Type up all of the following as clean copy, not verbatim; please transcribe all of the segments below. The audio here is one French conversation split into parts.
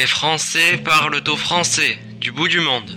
Les Français parlent au français, du bout du monde.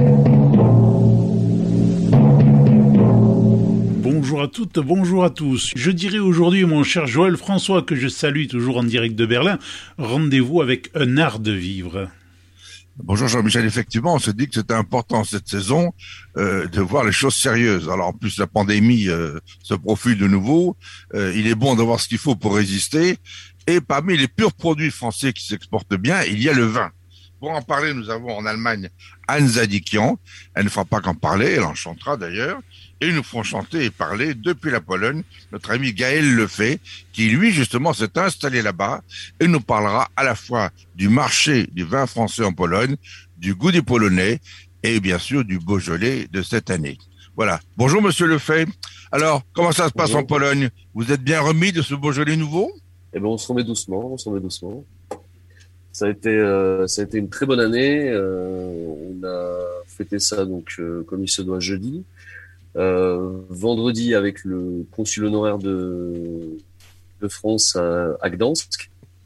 Bonjour à toutes, bonjour à tous. Je dirais aujourd'hui, mon cher Joël François, que je salue toujours en direct de Berlin, rendez-vous avec un art de vivre. Bonjour Jean-Michel, effectivement, on se dit que c'était important cette saison de voir les choses sérieuses. Alors en plus la pandémie se profile de nouveau, il est bon d'avoir ce qu'il faut pour résister. Et parmi les purs produits français qui s'exportent bien, il y a le vin. Pour en parler, nous avons en Allemagne Anne Zadikian. Elle ne fera pas qu'en parler, elle en chantera d'ailleurs. Et nous ferons chanter et parler depuis la Pologne notre ami Gaël Lefay, qui lui justement s'est installé là-bas et nous parlera à la fois du marché du vin français en Pologne, du goût des Polonais et bien sûr du Beaujolais de cette année. Voilà. Bonjour Monsieur Lefay. Alors, comment ça se passe en Pologne? Vous êtes bien remis de ce Beaujolais nouveau? Eh ben, on se remet doucement. Ça a été une très bonne année. On a fêté ça donc comme il se doit jeudi. Vendredi avec le consul honoraire de France à Gdansk.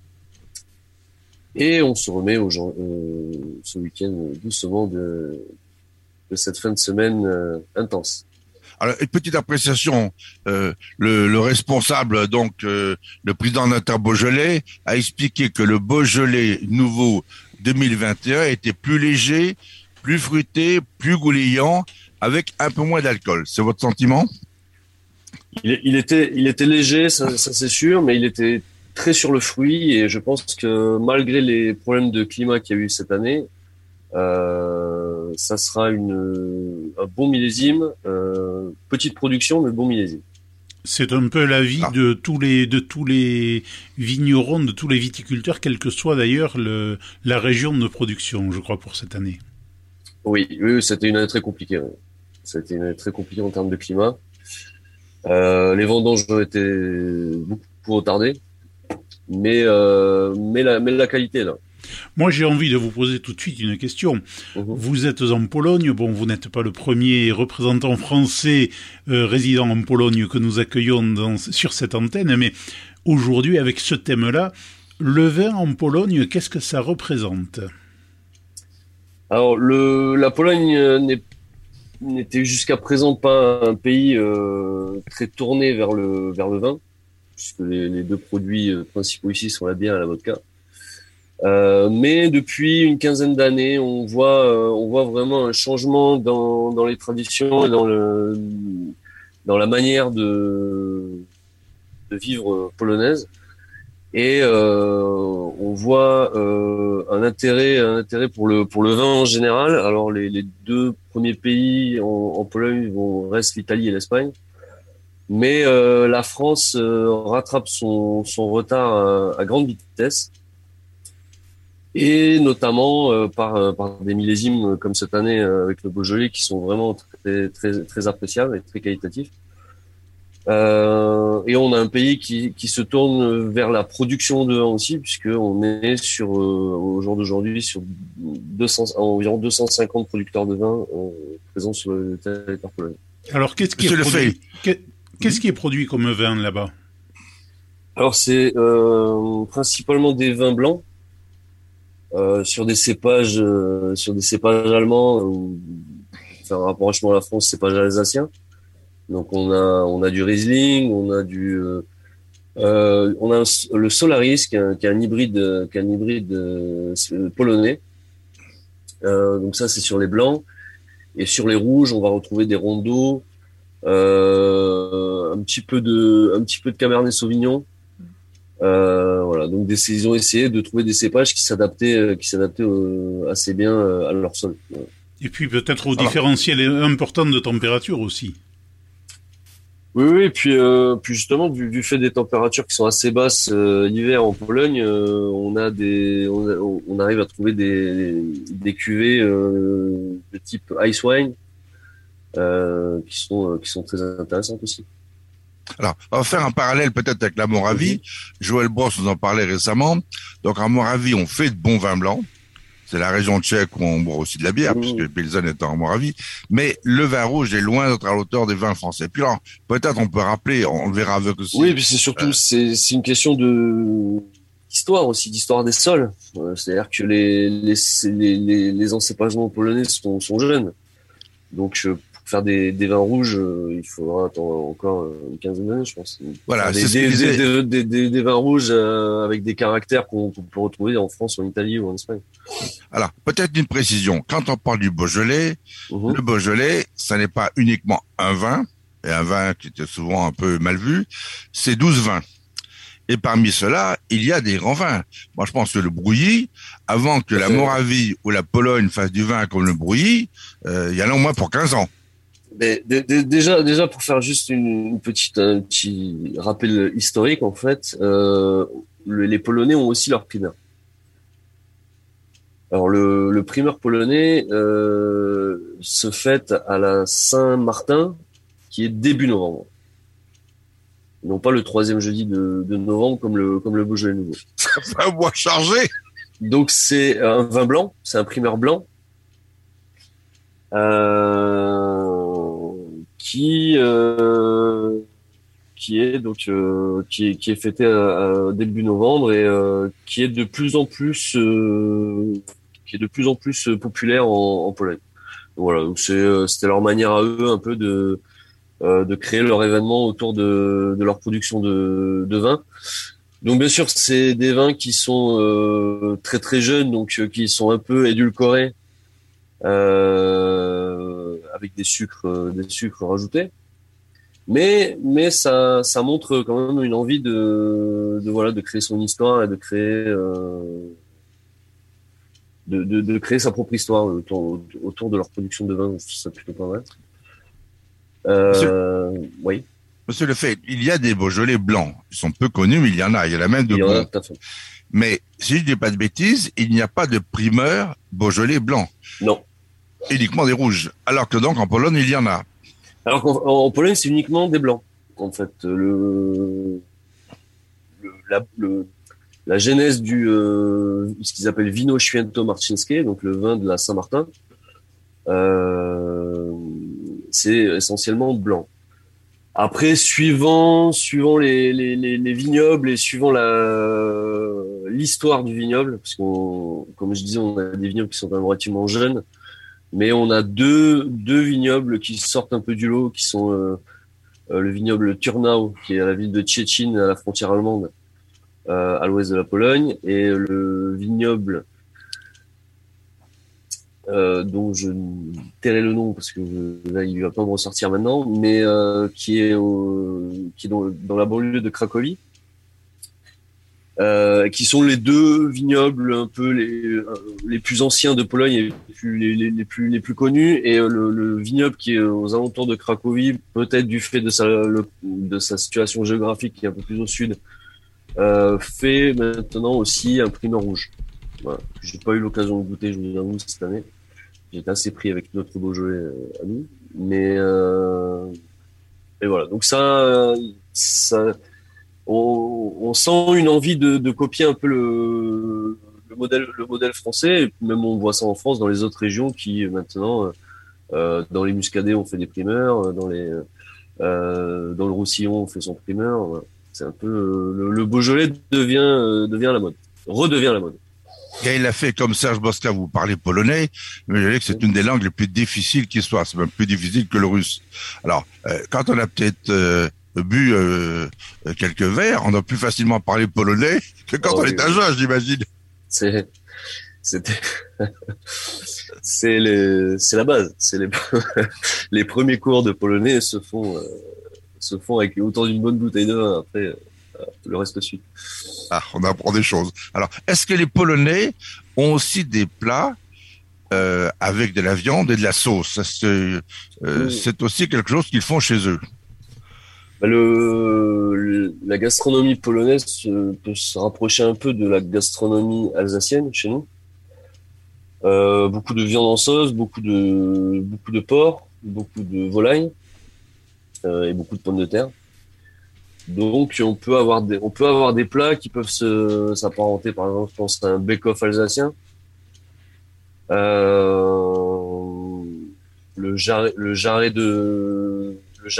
Et on se remet ce week-end doucement de cette fin de semaine intense. Alors, une petite appréciation, le responsable, donc le président d'Inter-Beaujolais, a expliqué que le Beaujolais nouveau 2021 était plus léger, plus fruité, plus goulayant, avec un peu moins d'alcool. C'est votre sentiment? Il était léger, ça c'est sûr, mais il était très sur le fruit, et je pense que malgré les problèmes de climat qu'il y a eu cette année, ça sera un bon millésime, petite production mais bon millésime. C'est un peu l'avis de tous les vignerons, de tous les viticulteurs, quelle que soit d'ailleurs la région de production, je crois, pour cette année. Oui, c'était une année très compliquée. Ouais. C'était une année très compliquée en termes de climat. Les vendanges ont été beaucoup retardées, mais la qualité est là. Moi, j'ai envie de vous poser tout de suite une question. Vous êtes en Pologne. Bon, vous n'êtes pas le premier représentant français résidant en Pologne que nous accueillons sur cette antenne, mais aujourd'hui, avec ce thème-là, le vin en Pologne, qu'est-ce que ça représente? Alors, la Pologne n'était jusqu'à présent pas un pays très tourné vers le vin, puisque les deux produits principaux ici sont la bière et la vodka. Mais depuis une quinzaine d'années, on voit vraiment un changement dans les traditions et dans la manière de vivre polonaise. Et on voit un intérêt pour le vin en général. Alors les deux premiers pays en Pologne restent l'Italie et l'Espagne, mais la France rattrape son retard à grande vitesse, et notamment par des millésimes comme cette année avec le Beaujolais qui sont vraiment très très très appréciables et très qualitatifs. Et on a un pays qui se tourne vers la production de vin aussi, puisque on est au jour d'aujourd'hui sur environ 250 producteurs de vin présents sur le territoire polonais. Alors qu'est-ce qui est produit comme vin là-bas? Alors c'est principalement des vins blancs sur des cépages allemands, faire un rapprochement à la France, cépages alsaciens. Donc on a du Riesling, on a le Solaris qui est un hybride polonais. Donc ça c'est sur les blancs, et sur les rouges on va retrouver des rondeaux, un petit peu de Cabernet Sauvignon. Voilà, donc ils ont essayé de trouver des cépages qui s'adaptaient assez bien à leur sol. Et puis peut-être au différentiel important de température aussi. Oui, et puis justement du fait des températures qui sont assez basses l'hiver en Pologne, on arrive à trouver des cuvées de type ice wine qui sont très intéressantes aussi. Alors, on va faire un parallèle peut-être avec la Moravie. Joël Brosse nous en parlait récemment. Donc en Moravie, on fait de bons vins blancs. C'est la région tchèque où on boit aussi de la bière, puisque Pilsen est en Moravie. Mais le vin rouge est loin d'être à l'auteur des vins français. Puis alors, peut-être on peut rappeler, on le verra avec aussi. Oui, et puis c'est surtout, c'est une question d'histoire aussi, d'histoire des sols. C'est-à-dire que les encépagements polonais sont jeunes. Donc, pour faire des vins rouges, il faudra attendre encore une quinzaine d'années, je pense. Voilà, Enfin, c'est ce qu'il disait. des vins rouges avec des caractères qu'on peut retrouver en France, en Italie ou en Espagne. Alors, peut-être une précision. Quand on parle du Beaujolais, le Beaujolais, ça n'est pas uniquement un vin, et un vin qui était souvent un peu mal vu, c'est 12 vins. Et parmi ceux-là, il y a des grands vins. Moi, je pense que le Brouilly, avant que la Moravie ou la Pologne fassent du vin comme le Brouilly, il y en a au moins pour 15 ans. Mais déjà pour faire juste un petit rappel historique, en fait, les Polonais ont aussi leur primeur. Alors le primeur polonais se fête à la Saint-Martin, qui est début novembre. Non pas le troisième jeudi de novembre comme le Beaujolais nouveau. Ça fait un mois chargé. Donc c'est un vin blanc, c'est un primeur blanc qui est fêté à début novembre et qui est de plus en plus populaire en Pologne. Donc voilà, donc c'était leur manière à eux un peu de créer leur événement autour de leur production de vin. Donc bien sûr, c'est des vins qui sont très très jeunes, donc qui sont un peu édulcorés avec des sucres rajoutés. Mais ça montre quand même une envie de créer son histoire et de créer de créer sa propre histoire autour de leur production de vin. Je trouve ça plutôt pas mal. Oui. Monsieur Lefebvre, il y a des Beaujolais blancs. Ils sont peu connus, mais il y en a. Il y en a même de bons. Tout à fait. Mais si je dis pas de bêtises, il n'y a pas de primeur Beaujolais blanc. Non. Uniquement des rouges. Alors que donc en Pologne, il y en a. Alors qu'en Pologne, c'est uniquement des blancs. En fait, la genèse ce qu'ils appellent Wino Święto Marcińskie, donc le vin de la Saint-Martin, c'est essentiellement blanc. Après, suivant les vignobles et suivant l'histoire du vignoble, parce comme je disais, on a des vignobles qui sont quand même relativement jeunes, mais on a deux vignobles qui sortent un peu du lot, qui sont le vignoble Turnau, qui est à la ville de Szczecin, à la frontière allemande, à l'ouest de la Pologne, et le vignoble dont je tairai le nom parce que là il va pas me ressortir maintenant, mais qui est dans la banlieue de Cracovie, qui sont les deux vignobles un peu les plus anciens de Pologne et les plus connus, et le vignoble qui est aux alentours de Cracovie, peut-être du fait de sa situation géographique qui est un peu plus au sud, fait maintenant aussi un primeur rouge. Voilà. J'ai pas eu l'occasion de goûter, je vous avoue, cette année. J'étais assez pris avec notre Beaujolais à nous, mais voilà. Donc ça, on sent une envie de copier un peu le modèle français. Et même on voit ça en France, dans les autres régions qui maintenant, dans les Muscadets, on fait des primeurs, dans le Roussillon, on fait son primeur. Voilà. C'est un peu le Beaujolais devient la mode, redevient la mode. Et il a fait comme Serge Bosca, vous parlez polonais, mais je dirais que c'est une des langues les plus difficiles qui soit. C'est même plus difficile que le russe. Alors, quand on a peut-être bu quelques verres, on a plus facilement parler polonais que quand on est un jeune, j'imagine. C'est la base. C'est les premiers cours de polonais se font avec autant d'une bonne bouteille de vin. Après, le reste suit. Ah, on apprend des choses. Alors, est-ce que les Polonais ont aussi des plats avec de la viande et de la sauce? C'est aussi quelque chose qu'ils font chez eux. La gastronomie polonaise peut se rapprocher un peu de la gastronomie alsacienne chez nous. Beaucoup de viande en sauce, beaucoup de porc, beaucoup de volaille et beaucoup de pommes de terre. Donc on peut avoir des plats qui peuvent s'apparenter, par exemple, je pense à un bake-off alsacien, le jarret de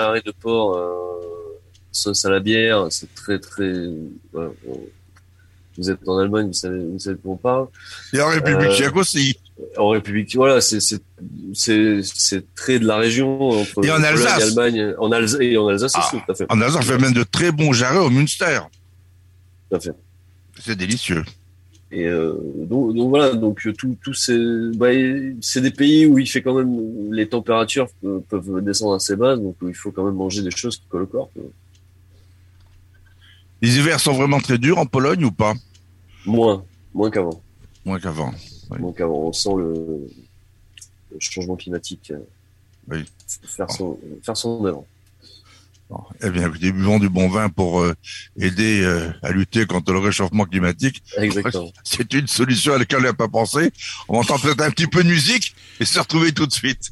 porc sauce à la bière, c'est très très vous êtes en Allemagne, vous savez de quoi on parle. Et en République tchèque aussi. En République, voilà, c'est très de la région entre et en Alsace, l'Allemagne, en Alsace aussi, tout à fait. En Alsace, on fait même de très bons jarrets au Münster. Tout à fait. C'est délicieux. Et donc voilà, donc tout c'est des pays où il fait quand même, les températures peuvent descendre assez bas, donc il faut quand même manger des choses qui collent au corps. Les hivers sont vraiment très durs en Pologne ou pas? Moins qu'avant. Moins qu'avant. Oui. Donc on sent le changement climatique oui. faire son œuvre. Bon. Eh bien, écoutez, buvons du bon vin pour aider à lutter contre le réchauffement climatique. Exactement. C'est une solution à laquelle on n'a pas pensé. On va entendre peut-être un petit peu de musique et se retrouver tout de suite.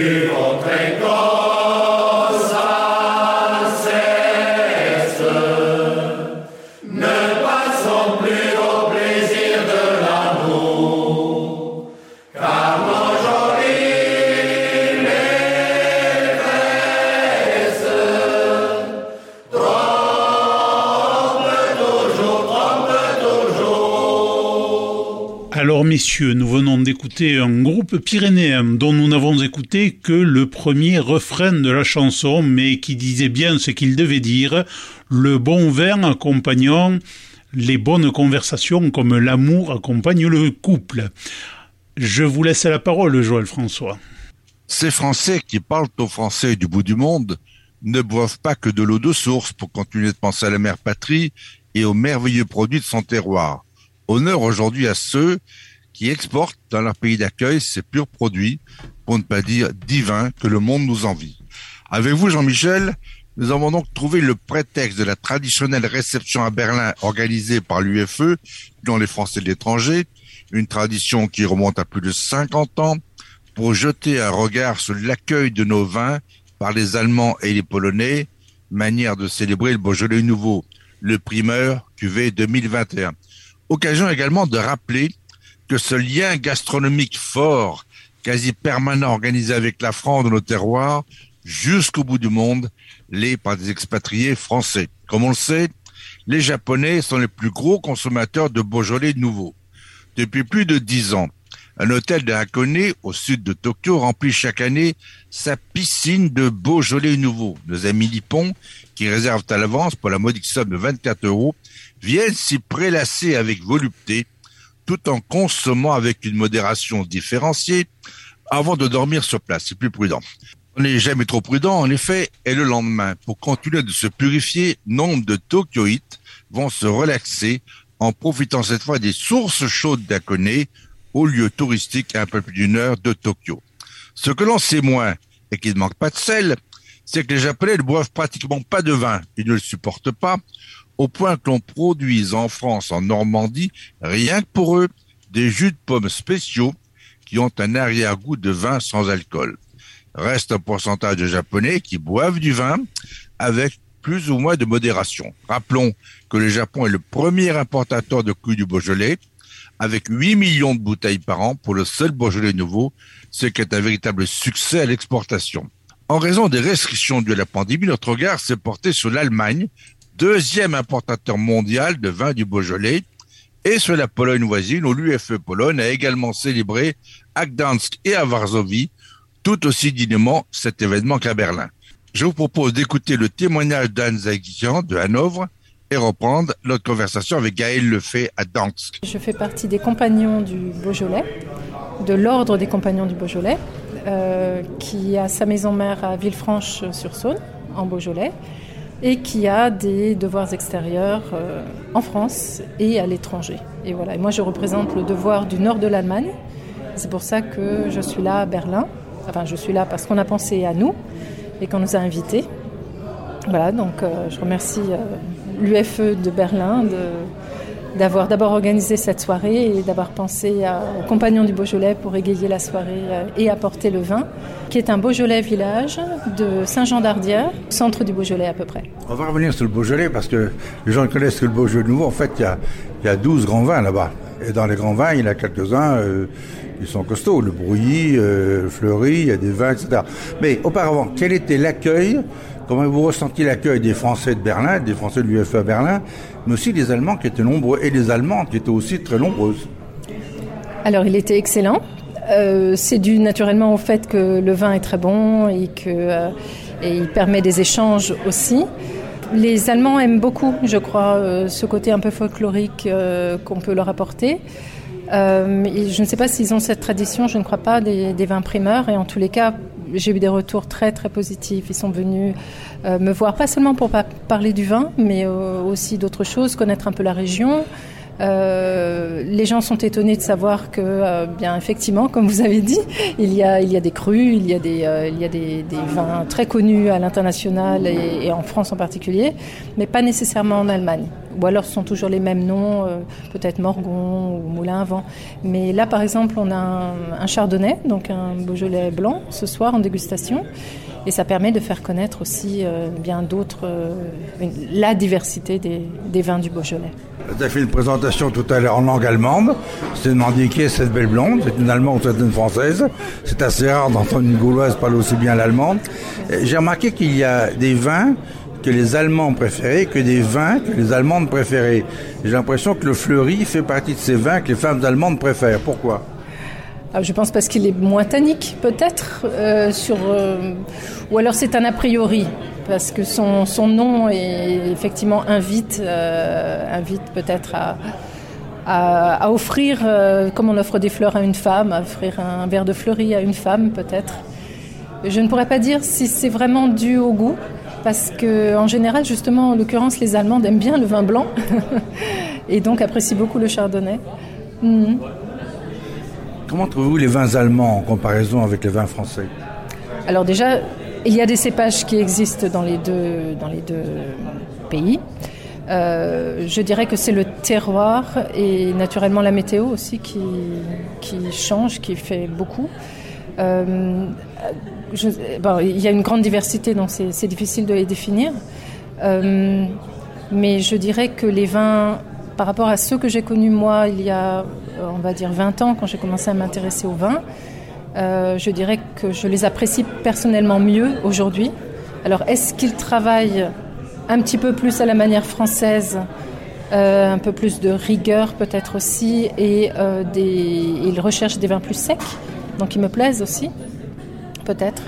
Alors messieurs, nous venons d'écouter un groupe pyrénéen dont nous n'avons écouté que le premier refrain de la chanson, mais qui disait bien ce qu'il devait dire, le bon vin accompagnant les bonnes conversations comme l'amour accompagne le couple. Je vous laisse la parole, Joël François. Ces Français qui parlent aux Français du bout du monde ne boivent pas que de l'eau de source pour continuer de penser à la mère patrie et aux merveilleux produits de son terroir. Honneur aujourd'hui à ceux qui exportent dans leur pays d'accueil ces purs produits, pour ne pas dire divins, que le monde nous envie. Avec vous, Jean-Michel, nous avons donc trouvé le prétexte de la traditionnelle réception à Berlin organisée par l'UFE, dont les Français de l'étranger, une tradition qui remonte à plus de 50 ans, pour jeter un regard sur l'accueil de nos vins par les Allemands et les Polonais, manière de célébrer le Beaujolais nouveau, le primeur cuvée 2021. Occasion également de rappeler que ce lien gastronomique fort, quasi permanent organisé avec la France de nos terroirs, jusqu'au bout du monde, l'est par des expatriés français. Comme on le sait, les Japonais sont les plus gros consommateurs de Beaujolais nouveau. Depuis plus de 10 ans, un hôtel de Hakone, au sud de Tokyo, remplit chaque année sa piscine de Beaujolais nouveau. Nos amis nippons, qui réservent à l'avance pour la modique somme de 24 €, viennent s'y prélasser avec volupté, tout en consommant avec une modération différenciée, avant de dormir sur place. C'est plus prudent. On n'est jamais trop prudent, en effet, et le lendemain, pour continuer de se purifier, nombre de Tokyoïtes vont se relaxer en profitant cette fois des sources chaudes d'Hakone, au lieu touristique à un peu plus d'une heure de Tokyo. Ce que l'on sait moins, et qui ne manque pas de sel, c'est que les Japonais ne boivent pratiquement pas de vin. Ils ne le supportent pas, au point que l'on produise en France, en Normandie, rien que pour eux, des jus de pommes spéciaux qui ont un arrière-goût de vin sans alcool. Reste un pourcentage de Japonais qui boivent du vin avec plus ou moins de modération. Rappelons que le Japon est le premier importateur de crus du Beaujolais, avec 8 millions de bouteilles par an pour le seul Beaujolais nouveau, ce qui est un véritable succès à l'exportation. En raison des restrictions dues à la pandémie, notre regard s'est porté sur l'Allemagne, deuxième importateur mondial de vin du Beaujolais, et sur la Pologne voisine, où l'UFE Pologne a également célébré à Gdansk et à Varsovie, tout aussi dignement cet événement qu'à Berlin. Je vous propose d'écouter le témoignage d'Anne Zagian de Hanovre et reprendre notre conversation avec Gaël Lefay à Gdansk. Je fais partie des compagnons du Beaujolais, de l'ordre des compagnons du Beaujolais, qui a sa maison mère à Villefranche-sur-Saône, en Beaujolais, et qui a des devoirs extérieurs en France et à l'étranger. Et voilà. Et moi, je représente le devoir du nord de l'Allemagne. C'est pour ça que je suis là à Berlin. Enfin, je suis là parce qu'on a pensé à nous et qu'on nous a invités. Voilà, donc je remercie l'UFE de Berlin d'avoir d'abord organisé cette soirée et d'avoir pensé aux compagnons du Beaujolais pour égayer la soirée et apporter le vin, qui est un Beaujolais village de Saint-Jean-d'Ardière, centre du Beaujolais à peu près. On va revenir sur le Beaujolais parce que les gens connaissent que le Beaujolais nouveau. En fait, il y a 12 grands vins là-bas. Et dans les grands vins, il y en a quelques-uns qui sont costauds, le Brouilly, le Fleury, il y a des vins, etc. Mais auparavant, quel était l'accueil? Comment vous ressentiez l'accueil des Français de Berlin, des Français de l'UFA Berlin, mais aussi des Allemands qui étaient nombreux, et des Allemandes qui étaient aussi très nombreuses? Alors, il était excellent. C'est dû naturellement au fait que le vin est très bon et il permet des échanges aussi. Les Allemands aiment beaucoup, je crois, ce côté un peu folklorique qu'on peut leur apporter. Je ne sais pas s'ils ont cette tradition, je ne crois pas, des vins primeurs. Et en tous les cas, j'ai eu des retours très très positifs. Ils sont venus me voir, pas seulement pour parler du vin, mais aussi d'autres choses, connaître un peu la région. Les gens sont étonnés de savoir que, bien effectivement, comme vous avez dit, il y a des crus, il y a des vins très connus à l'international et en France en particulier, mais pas nécessairement en Allemagne. Ou alors ce sont toujours les mêmes noms, peut-être Morgon ou Moulin à Vent. Mais là, par exemple, on a un chardonnay, donc un Beaujolais blanc, ce soir en dégustation. Et ça permet de faire connaître aussi bien d'autres, la diversité des vins du Beaujolais. Vous avez fait une présentation tout à l'heure en langue allemande. C'est demandé qui est cette belle blonde. C'est une Allemande ou c'est une Française. C'est assez rare d'entendre une Gauloise parler aussi bien l'allemande. J'ai remarqué qu'il y a des vins que les Allemands préféraient que des vins que les Allemandes préféraient. J'ai l'impression que le Fleury fait partie de ces vins que les femmes allemandes préfèrent. Pourquoi ? Je pense parce qu'il est moins tannique, peut-être, ou alors c'est un a priori, parce que son nom effectivement invite peut-être à offrir, comme on offre des fleurs à une femme, à offrir un verre de Fleury à une femme, peut-être. Je ne pourrais pas dire si c'est vraiment dû au goût, parce qu'en général, justement, en l'occurrence, les Allemandes aiment bien le vin blanc, et donc apprécient beaucoup le chardonnay. Comment trouvez-vous les vins allemands en comparaison avec les vins français ? Alors déjà, il y a des cépages qui existent dans les deux pays. Je dirais que c'est le terroir et naturellement la météo aussi qui change, qui fait beaucoup. Il y a une grande diversité, donc c'est difficile de les définir. Mais je dirais que les vins, par rapport à ceux que j'ai connus moi il y a, on va dire 20 ans, quand j'ai commencé à m'intéresser au vin, je dirais que je les apprécie personnellement mieux aujourd'hui. Alors, est-ce qu'ils travaillent un petit peu plus à la manière française, un peu plus de rigueur peut-être aussi, et ils recherchent des vins plus secs, donc ils me plaisent aussi, peut-être.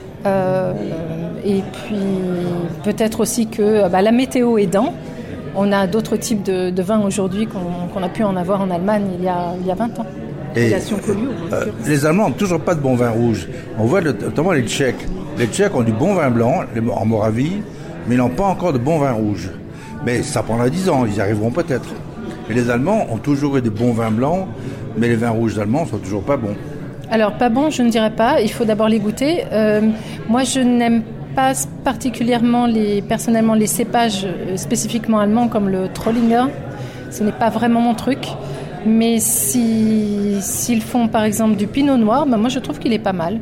Et puis, peut-être aussi que la météo aidant, on a d'autres types de vins aujourd'hui qu'on a pu en avoir en Allemagne il y a 20 ans. Et les Allemands n'ont toujours pas de bon vin rouge. On voit notamment les Tchèques. Les Tchèques ont du bon vin blanc en Moravie, mais ils n'ont pas encore de bon vin rouge. Mais ça prendra 10 ans, ils y arriveront peut-être. Et les Allemands ont toujours eu des bons vins blancs, mais les vins rouges allemands ne sont toujours pas bons. Alors, pas bons, je ne dirais pas. Il faut d'abord les goûter. Moi, je n'aime pas particulièrement personnellement les cépages spécifiquement allemands comme le Trollinger. Ce n'est pas vraiment mon truc. Mais s'ils font par exemple du pinot noir, moi je trouve qu'il est pas mal.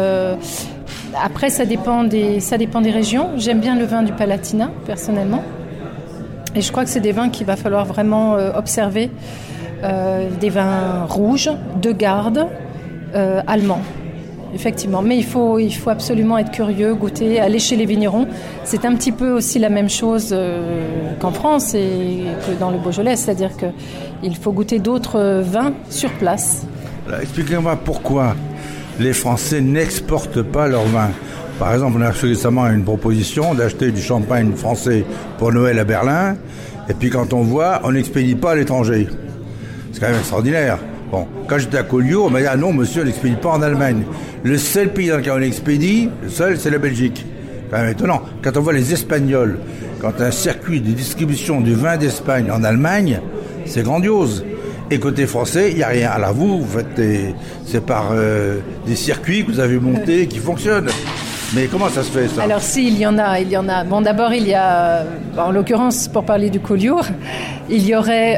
Après ça dépend des régions. J'aime bien le vin du Palatinat personnellement. Et je crois que c'est des vins qu'il va falloir vraiment observer. Des vins rouges, de garde, allemands. Effectivement, mais il faut absolument être curieux, goûter, aller chez les vignerons. C'est un petit peu aussi la même chose qu'en France et que dans le Beaujolais, c'est-à-dire qu'il faut goûter d'autres vins sur place. Alors, expliquez-moi pourquoi les Français n'exportent pas leur vin. Par exemple, on a reçu récemment une proposition d'acheter du champagne français pour Noël à Berlin, et puis quand on voit, on n'expédie pas à l'étranger. C'est quand même extraordinaire. Bon, quand j'étais à Collioure, on m'a dit « Ah non, monsieur, on n'expédie pas en Allemagne. » Le seul pays dans lequel on expédie, c'est la Belgique. C'est quand même étonnant. Quand on voit les Espagnols, quand un circuit de distribution du vin d'Espagne en Allemagne, c'est grandiose. Et côté français, il n'y a rien. Alors vous faites c'est par des circuits que vous avez montés qui fonctionnent. Mais comment ça se fait, ça ? Alors si, il y en a. Bon, d'abord, il y a, en l'occurrence, pour parler du Collioure, il y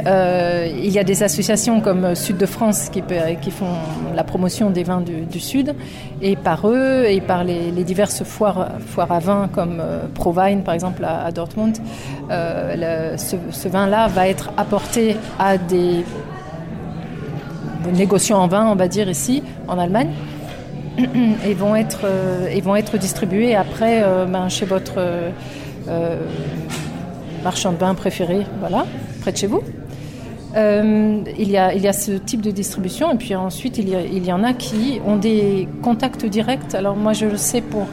a des associations comme Sud de France qui font la promotion des vins du Sud, et par eux et par les diverses foires à vin comme Provine, par exemple, à Dortmund, ce vin-là va être apporté à négociants en vin, on va dire ici, en Allemagne, et vont être distribués après chez votre marchand de vin préféré, voilà, près de chez vous. Il y a ce type de distribution, et puis ensuite il y en a qui ont des contacts directs. Alors moi je le sais pour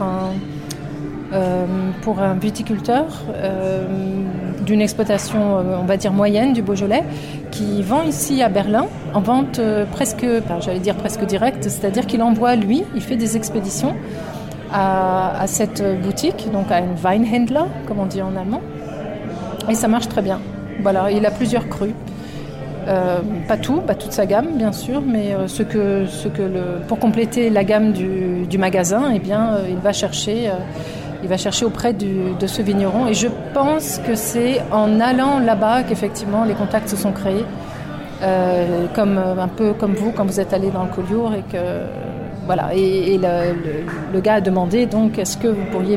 un viticulteur d'une exploitation, on va dire moyenne, du Beaujolais, qui vend ici à Berlin en vente presque directe, c'est-à-dire qu'il envoie, lui, il fait des expéditions à cette boutique, donc à une Weinhändler, comme on dit en allemand, et ça marche très bien. Voilà, il a plusieurs crus. Pas toute sa gamme bien sûr, mais pour compléter la gamme du magasin, eh bien, il va chercher auprès de ce vigneron, et je pense que c'est en allant là-bas qu'effectivement les contacts se sont créés, un peu comme vous quand vous êtes allé dans le Collioure, et que voilà, et le gars a demandé donc est-ce que vous pourriez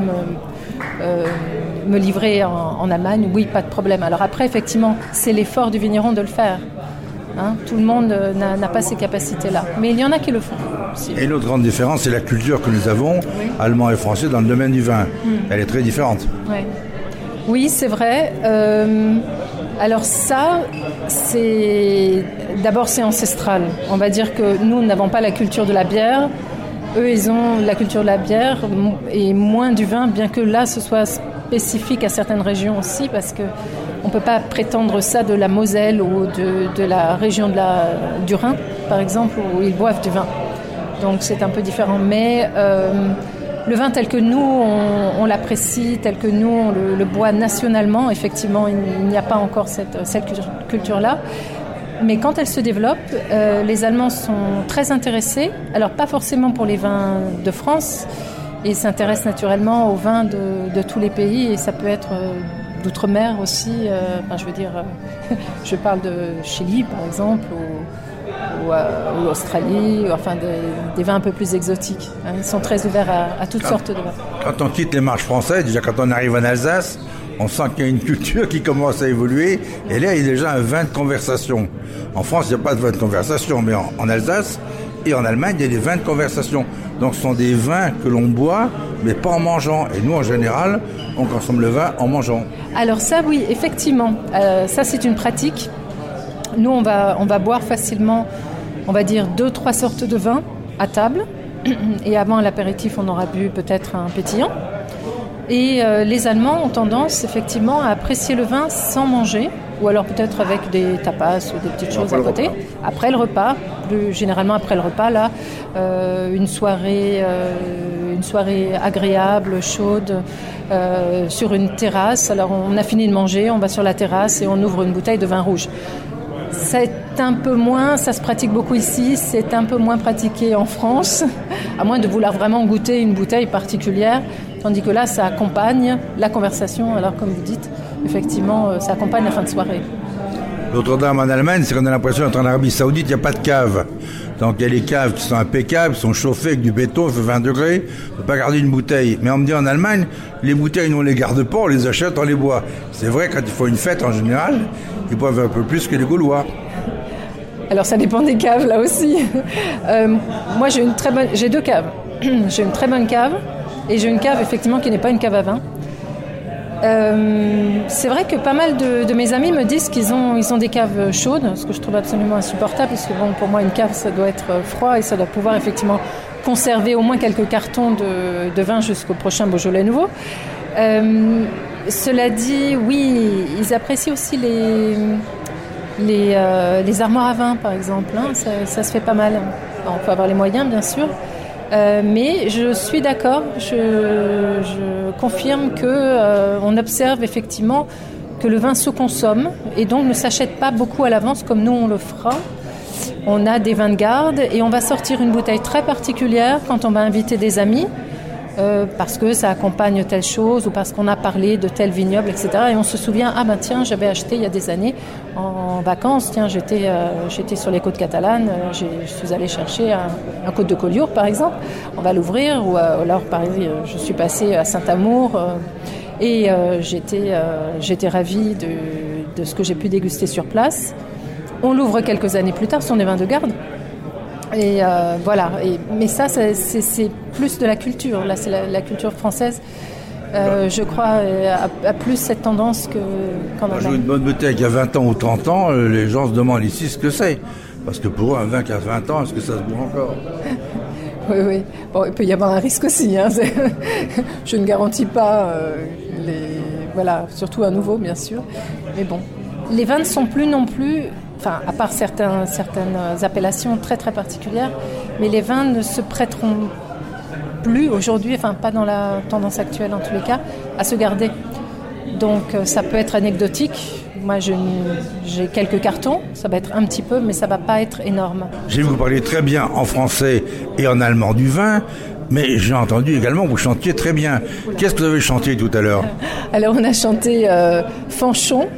me livrer en Allemagne? Oui, pas de problème. Alors après, effectivement, c'est l'effort du vigneron de le faire. Tout le monde n'a pas ces capacités-là. Mais il y en a qui le font aussi. Et l'autre grande différence, c'est la culture que nous avons, allemands et français, dans le domaine du vin. Elle est très différente. Oui, c'est vrai. Alors ça, d'abord c'est ancestral. On va dire que nous n'avons pas la culture de la bière. Eux, ils ont la culture de la bière et moins du vin, bien que là, ce soit spécifique à certaines régions aussi, parce qu'on ne peut pas prétendre ça de la Moselle ou de la région du Rhin, par exemple, où ils boivent du vin. Donc c'est un peu différent. Mais le vin tel que nous, on l'apprécie, tel que nous, on le boit nationalement, effectivement, il n'y a pas encore cette culture-là. Mais quand elle se développe, les Allemands sont très intéressés. Alors pas forcément pour les vins de France, ils s'intéressent naturellement aux vins de tous les pays, et ça peut être d'outre-mer aussi. Je parle de Chili par exemple, ou Australie, des vins un peu plus exotiques. Ils sont très ouverts à toutes sortes de vins. Quand on quitte les marches françaises, déjà quand on arrive en Alsace, on sent qu'il y a une culture qui commence à évoluer, et là il y a déjà un vin de conversation. En France, il n'y a pas de vin de conversation, mais en Alsace et en Allemagne, il y a des vins de conversation. Donc ce sont des vins que l'on boit, mais pas en mangeant. Et nous, en général, on consomme le vin en mangeant. Alors ça, oui, effectivement. Ça, c'est une pratique. Nous, on va boire facilement, on va dire 2-3 sortes de vins à table. Et avant l'apéritif, on aura bu peut-être un pétillant. Et les Allemands ont tendance, effectivement, à apprécier le vin sans manger, ou alors peut-être avec des tapas ou des petites choses à côté. Après le repas, plus généralement après le repas, là, une soirée agréable, chaude, sur une terrasse. Alors on a fini de manger, on va sur la terrasse et on ouvre une bouteille de vin rouge. C'est un peu moins, ça se pratique beaucoup ici, c'est un peu moins pratiqué en France, à moins de vouloir vraiment goûter une bouteille particulière, tandis que là, ça accompagne la conversation. Alors, comme vous dites, effectivement, ça accompagne la fin de soirée. L'autre drame en Allemagne, c'est qu'on a l'impression d'être en Arabie Saoudite, il n'y a pas de cave. Donc il y a les caves qui sont impeccables, qui sont chauffées avec du béton, il fait 20 degrés, on ne peut pas garder une bouteille. Mais on me dit en Allemagne, les bouteilles, nous on les garde pas, on les achète, on les boit. C'est vrai, quand il faut une fête en général, ils boivent un peu plus que les Gaulois. Alors ça dépend des caves là aussi. Moi j'ai 2 caves. J'ai une très bonne cave et j'ai une cave effectivement qui n'est pas une cave à vin. C'est vrai que pas mal de mes amis me disent qu'ils ont des caves chaudes, ce que je trouve absolument insupportable, parce que bon, pour moi une cave ça doit être froid et ça doit pouvoir effectivement conserver au moins quelques cartons de vin jusqu'au prochain Beaujolais nouveau. Cela dit, oui, ils apprécient aussi les armoires à vin par exemple, hein, ça se fait pas mal. Bon, il faut avoir les moyens bien sûr. Mais je suis d'accord, je confirme que on observe effectivement que le vin se consomme et donc ne s'achète pas beaucoup à l'avance comme nous on le fera. On a des vins de garde et on va sortir une bouteille très particulière quand on va inviter des amis, parce que ça accompagne telle chose ou parce qu'on a parlé de tel vignoble, etc. Et on se souvient, ah ben tiens, j'avais acheté il y a des années en vacances, tiens, j'étais sur les côtes catalanes, je suis allée chercher un côte de Collioure par exemple, on va l'ouvrir, ou alors pareil, je suis passée à Saint-Amour et j'étais ravie de ce que j'ai pu déguster sur place. On l'ouvre quelques années plus tard, ce sont des vins de garde. Et voilà. Mais ça, c'est plus de la culture. Là, c'est la culture française. Je crois a plus cette tendance qu'en Allemagne. Jouer une bonne bouteille il y a 20 ans ou 30 ans, les gens se demandent ici ce que c'est. Parce que pour eux, un vin qui a 20 ans, est-ce que ça se boit encore ? Oui. Bon, il peut y avoir un risque aussi. Hein. Je ne garantis pas voilà, surtout un nouveau, bien sûr. Mais bon, les vins ne sont plus non plus, enfin, à part certaines appellations très très particulières, mais les vins ne se prêteront plus aujourd'hui, enfin pas dans la tendance actuelle en tous les cas, à se garder. Donc ça peut être anecdotique. Moi j'ai quelques cartons, ça va être un petit peu, mais ça va pas être énorme. J'ai vu que vous parliez très bien en français et en allemand du vin, mais j'ai entendu également que vous chantiez très bien. Qu'est-ce que vous avez chanté tout à l'heure ? Alors on a chanté Fanchon.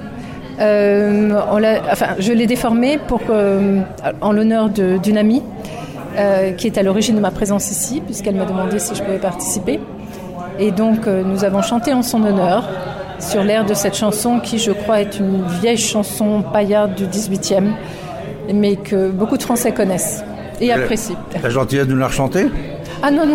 Je l'ai déformé en l'honneur d'une amie qui est à l'origine de ma présence ici, puisqu'elle m'a demandé si je pouvais participer. Et donc nous avons chanté en son honneur sur l'air de cette chanson qui, je crois, est une vieille chanson paillarde du 18e, mais que beaucoup de Français connaissent et apprécient. La gentillesse de nous la rechanter ? Ah non.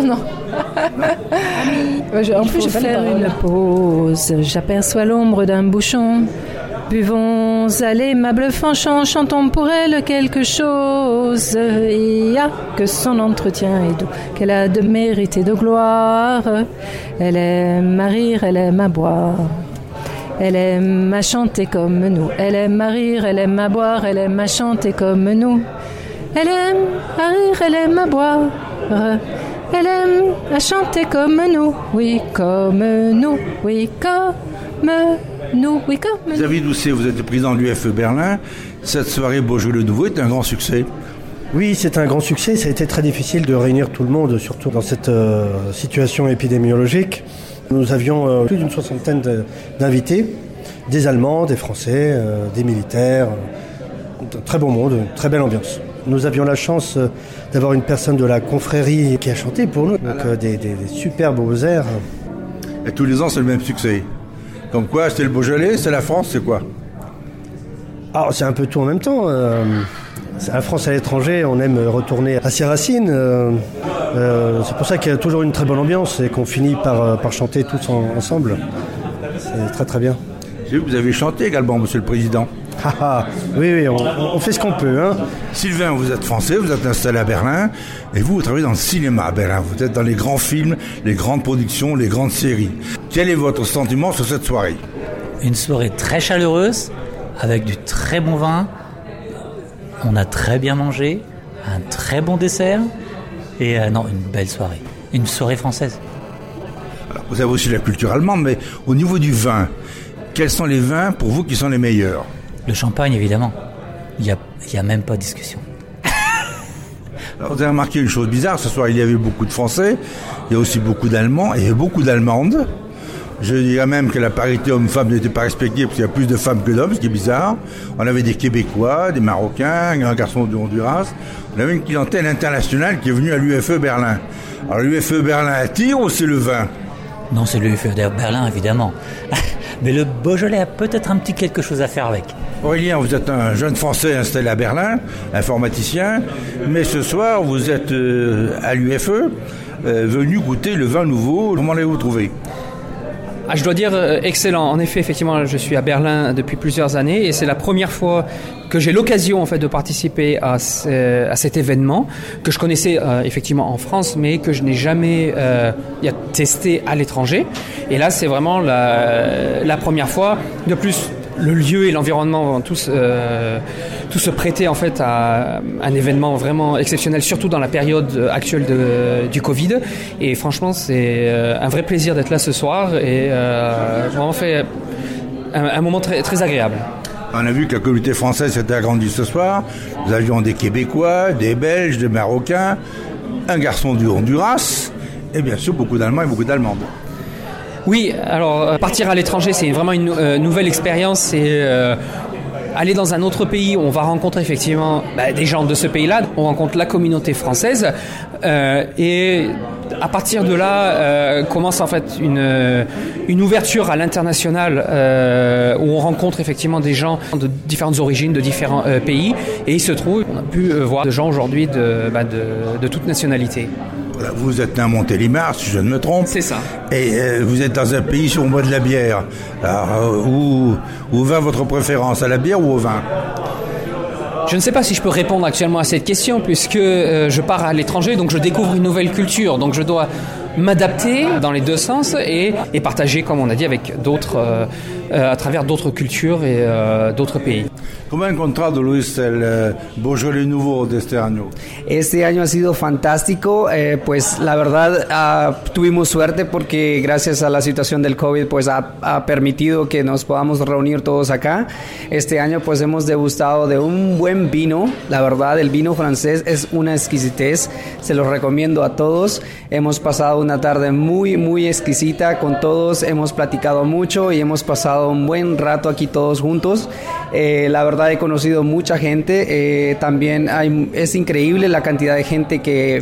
En plus, je vais faire une pause. J'aperçois l'ombre d'un bouchon. Buvons à l'aimable Fanchon, chantons pour elle quelque chose. Et que son entretien est doux, qu'elle a de mérite et de gloire. Elle aime à rire, elle aime à boire. Elle aime à chanter comme nous. Elle aime à rire, elle aime à boire. Elle aime à chanter comme nous. Elle aime à rire, elle aime à boire. Elle aime à chanter comme nous. Oui, comme nous. Oui, comme nous. Oui, comme nous. David Doucet, vous êtes le président de l'UFE Berlin. Cette soirée Beaujolais Nouveau est un grand succès. Oui, c'est un grand succès. Ça a été très difficile de réunir tout le monde, surtout dans cette situation épidémiologique. Nous avions plus d'une soixantaine d'invités, des Allemands, des Français, des militaires, un très beau monde, une très belle ambiance. Nous avions la chance d'avoir une personne de la confrérie qui a chanté pour nous, donc des super beaux airs. Et tous les ans, c'est le même succès. Comme quoi, c'est le Beaujolais, c'est la France, c'est quoi ? Alors, c'est un peu tout en même temps. La France à l'étranger, on aime retourner à ses racines. C'est pour ça qu'il y a toujours une très bonne ambiance et qu'on finit par chanter tous ensemble. C'est très très bien. J'ai vu que vous avez chanté également, Monsieur le Président. Oui, on fait ce qu'on peut. Hein. Sylvain, vous êtes français, vous êtes installé à Berlin et vous travaillez dans le cinéma à Berlin. Vous êtes dans les grands films, les grandes productions, les grandes séries. Quel est votre sentiment sur cette soirée ? Une soirée très chaleureuse, avec du très bon vin. On a très bien mangé, un très bon dessert et une belle soirée. Une soirée française. Alors, vous avez aussi la culture allemande, mais au niveau du vin, quels sont les vins pour vous qui sont les meilleurs ? Le champagne, évidemment. Il y a même pas de discussion. Alors, vous avez remarqué une chose bizarre, ce soir il y avait beaucoup de Français, il y a aussi beaucoup d'Allemands et beaucoup d'Allemandes. Je dirais même que la parité homme-femme n'était pas respectée parce qu'il y a plus de femmes que d'hommes, ce qui est bizarre. On avait des Québécois, des Marocains, un garçon du Honduras. On avait une clientèle internationale qui est venue à l'UFE Berlin. Alors l'UFE Berlin attire ou c'est le vin ? Non, c'est l'UFE Berlin, évidemment. Mais le Beaujolais a peut-être un petit quelque chose à faire avec. Aurélien, vous êtes un jeune Français installé à Berlin, informaticien, mais ce soir vous êtes à l'UFE, venu goûter le vin nouveau. Comment l'avez-vous trouvé ? Je dois dire excellent. En effet, effectivement, je suis à Berlin depuis plusieurs années et c'est la première fois que j'ai l'occasion en fait de participer à cet événement que je connaissais effectivement en France, mais que je n'ai jamais testé à l'étranger. Et là, c'est vraiment la première fois. De plus, le lieu et l'environnement vont tous se prêter en fait à un événement vraiment exceptionnel, surtout dans la période actuelle du Covid. Et franchement, c'est un vrai plaisir d'être là ce soir et vraiment fait un moment très, très agréable. On a vu que la communauté française s'était agrandie ce soir. Nous avions des Québécois, des Belges, des Marocains, un garçon du Honduras et bien sûr beaucoup d'Allemands et beaucoup d'Allemandes. Oui, alors partir à l'étranger, c'est vraiment une nouvelle expérience. C'est aller dans un autre pays où on va rencontrer effectivement des gens de ce pays-là. On rencontre la communauté française. Et à partir de là commence en fait une ouverture à l'international où on rencontre effectivement des gens de différentes origines, de différents pays. Et il se trouve qu'on a pu voir des gens aujourd'hui de toute nationalité. Vous êtes né à Montélimar, si je ne me trompe. C'est ça. Et vous êtes dans un pays où on boit de la bière. Alors, où va votre préférence, à la bière ou au vin ? Je ne sais pas si je peux répondre actuellement à cette question puisque je pars à l'étranger, donc je découvre une nouvelle culture. Donc je dois m'adapter dans les deux sens et partager, comme on a dit, avec d'autres, à travers d'autres cultures et d'autres pays. ¿Cómo ha encontrado Luis el Beaujolais Nouveau de este año? Este año ha sido fantástico, pues la verdad tuvimos suerte porque gracias a la situación del COVID pues ha permitido que nos podamos reunir todos acá. Este año pues hemos degustado de un buen vino, la verdad el vino francés es una exquisitez, se lo recomiendo a todos. Hemos pasado una tarde muy muy exquisita con todos, hemos platicado mucho y hemos pasado un buen rato aquí todos juntos. La verdad he conocido mucha gente, también es increíble la cantidad de gente que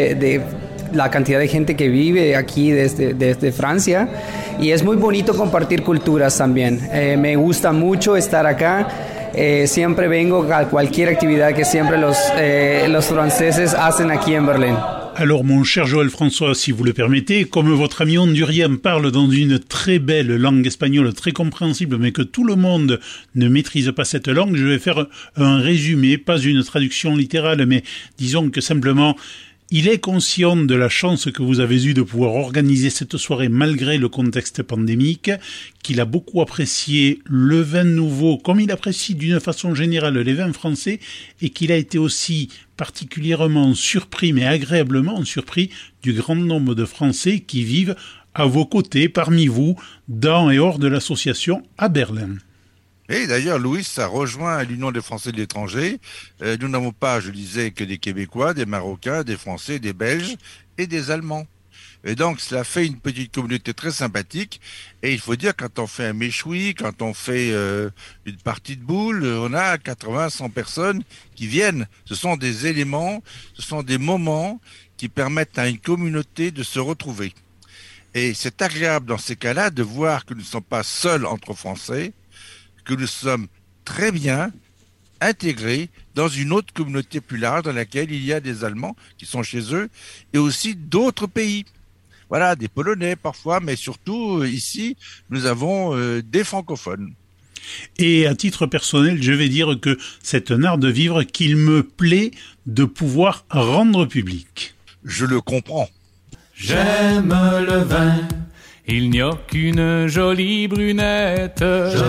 vive aquí desde Francia y es muy bonito compartir culturas también. Me gusta mucho estar acá. Siempre vengo a cualquier actividad que siempre los franceses hacen aquí en Berlín. Alors, mon cher Joël François, si vous le permettez, comme votre ami Hondurien parle dans une très belle langue espagnole, très compréhensible, mais que tout le monde ne maîtrise pas cette langue, je vais faire un résumé, pas une traduction littérale, mais disons que simplement, il est conscient de la chance que vous avez eue de pouvoir organiser cette soirée malgré le contexte pandémique, qu'il a beaucoup apprécié le vin nouveau, comme il apprécie d'une façon générale les vins français, et qu'il a été aussi particulièrement surpris, mais agréablement surpris, du grand nombre de Français qui vivent à vos côtés, parmi vous, dans et hors de l'association à Berlin. Et d'ailleurs, Louis, ça rejoint l'Union des Français de l'étranger. Nous n'avons pas, je disais, que des Québécois, des Marocains, des Français, des Belges et des Allemands. Et donc, cela fait une petite communauté très sympathique. Et il faut dire, quand on fait un méchoui, quand on fait une partie de boule, on a 80, 100 personnes qui viennent. Ce sont des éléments, ce sont des moments qui permettent à une communauté de se retrouver. Et c'est agréable dans ces cas-là de voir que nous ne sommes pas seuls entre Français, que nous sommes très bien intégrés dans une autre communauté plus large dans laquelle il y a des Allemands qui sont chez eux et aussi d'autres pays. Voilà, des Polonais parfois, mais surtout ici, nous avons des francophones. Et à titre personnel, je vais dire que c'est un art de vivre qu'il me plaît de pouvoir rendre public. Je le comprends. J'aime le vin. Il n'y a qu'une jolie brunette,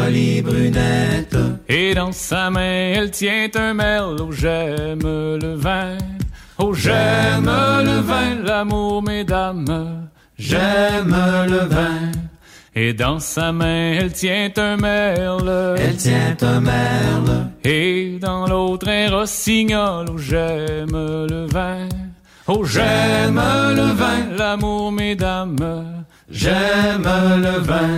et dans sa main elle tient un merle. Oh, j'aime le vin, oh, j'aime le vin, l'amour, mesdames, j'aime le vin. Et dans sa main elle tient un merle, et dans l'autre un rossignol. Oh, j'aime le vin, oh, j'aime le vin, l'amour, mesdames, j'aime le vin,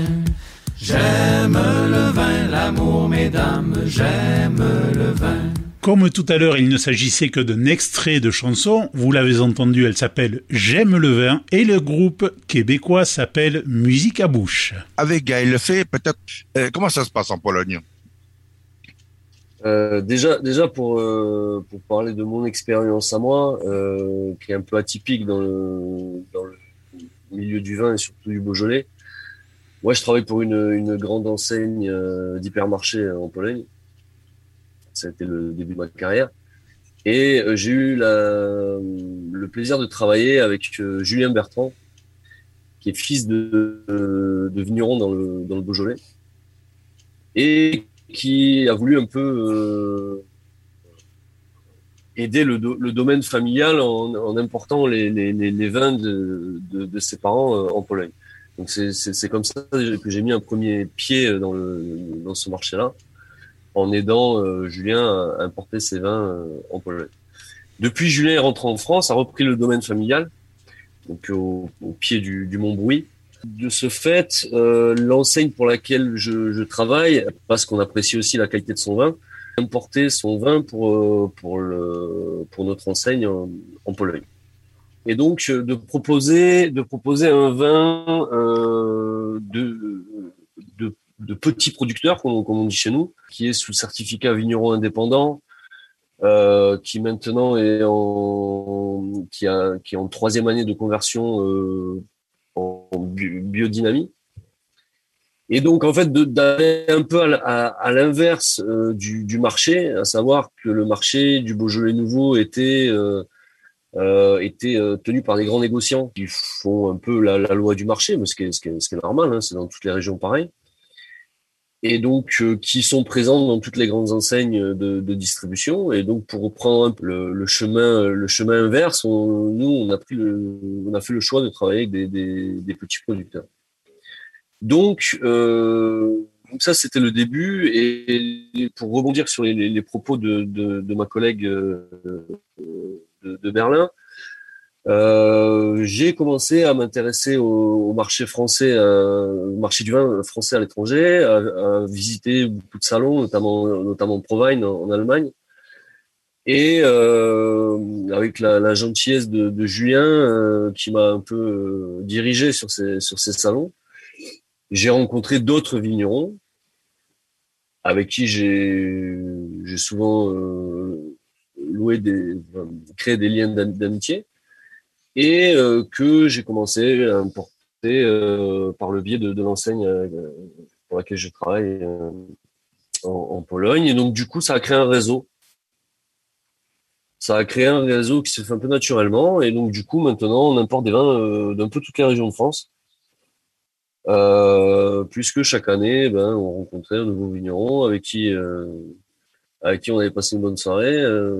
l'amour, mesdames, j'aime le vin. Comme tout à l'heure, il ne s'agissait que d'un extrait de chanson, vous l'avez entendu, elle s'appelle J'aime le vin, et le groupe québécois s'appelle Musique à bouche. Avec Gaël Lefebvre, peut-être, comment ça se passe en Pologne ? Déjà pour parler de mon expérience à moi, qui est un peu atypique dans le milieu du vin et surtout du Beaujolais. Moi, je travaille pour une grande enseigne d'hypermarché en Pologne. Ça a été le début de ma carrière. Et j'ai eu le plaisir de travailler avec Julien Bertrand, qui est fils de vigneron dans le Beaujolais, et qui a voulu un peu aider le domaine familial en important les vins de ses parents en Pologne. Donc c'est comme ça que j'ai mis un premier pied dans ce marché-là, en aidant Julien à importer ses vins en Pologne. Depuis, Julien est rentré en France, a repris le domaine familial, donc au pied du Mont Brouilly. De ce fait, l'enseigne pour laquelle je travaille, parce qu'on apprécie aussi la qualité de son vin, importer son vin pour notre enseigne en Pologne. Et donc de proposer un vin de petits producteurs, comme on dit chez nous, qui est sous certificat vigneron indépendant, qui maintenant est qui est en 3e année de conversion en biodynamie. Et donc en fait d'aller un peu à l'inverse du marché, à savoir que le marché du Beaujolais nouveau était tenu par des grands négociants qui font un peu la loi du marché, mais ce qui est normal, hein, c'est dans toutes les régions pareil. Et donc qui sont présents dans toutes les grandes enseignes de distribution. Et donc pour reprendre un peu le chemin inverse, on a fait le choix de travailler avec des petits producteurs. Donc ça c'était le début. Et pour rebondir sur les propos de ma collègue de Berlin, j'ai commencé à m'intéresser au marché français, au marché du vin français à l'étranger, à visiter beaucoup de salons, notamment Provine en Allemagne. Et avec la gentillesse de Julien qui m'a un peu dirigé sur ces salons, j'ai rencontré d'autres vignerons avec qui j'ai souvent créé des liens d'amitié. Et que j'ai commencé à importer par le biais de l'enseigne pour laquelle je travaille en Pologne. Et donc, du coup, ça a créé un réseau. Ça a créé un réseau qui s'est fait un peu naturellement. Et donc, du coup, maintenant, on importe des vins d'un peu toutes les régions de France. Puisque chaque année, on rencontrait un nouveau vigneron avec qui on avait passé une bonne soirée,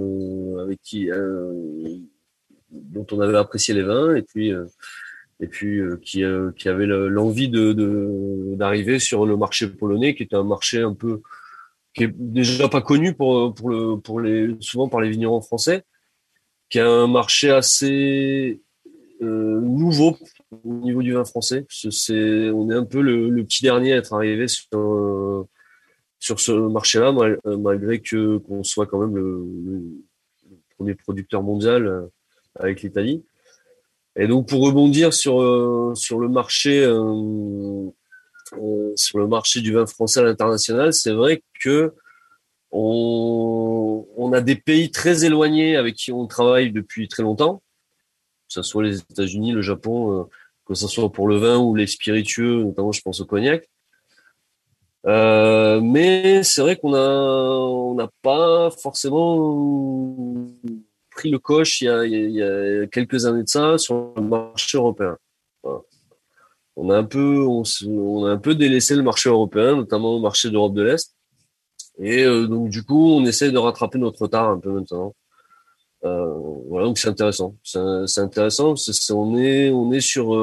dont on avait apprécié les vins, et puis qui avait l'envie d'arriver sur le marché polonais, qui est un marché un peu qui est déjà pas connu souvent par les vignerons français, qui est un marché assez nouveau au niveau du vin français. On est un peu le petit dernier à être arrivé sur ce marché-là, malgré qu'on soit quand même le premier producteur mondial avec l'Italie. Et donc pour rebondir sur le marché du vin français à l'international, c'est vrai que on a des pays très éloignés avec qui on travaille depuis très longtemps, que ce soit les États-Unis, le Japon, que ce soit pour le vin ou les spiritueux, notamment je pense au cognac. Mais c'est vrai on n'a pas forcément pris le coche il y a quelques années de ça sur le marché européen. Voilà. On a un peu délaissé le marché européen, notamment le marché d'Europe de l'Est. Et donc du coup, on essaie de rattraper notre retard un peu maintenant. Voilà, donc c'est intéressant. C'est intéressant. On est sur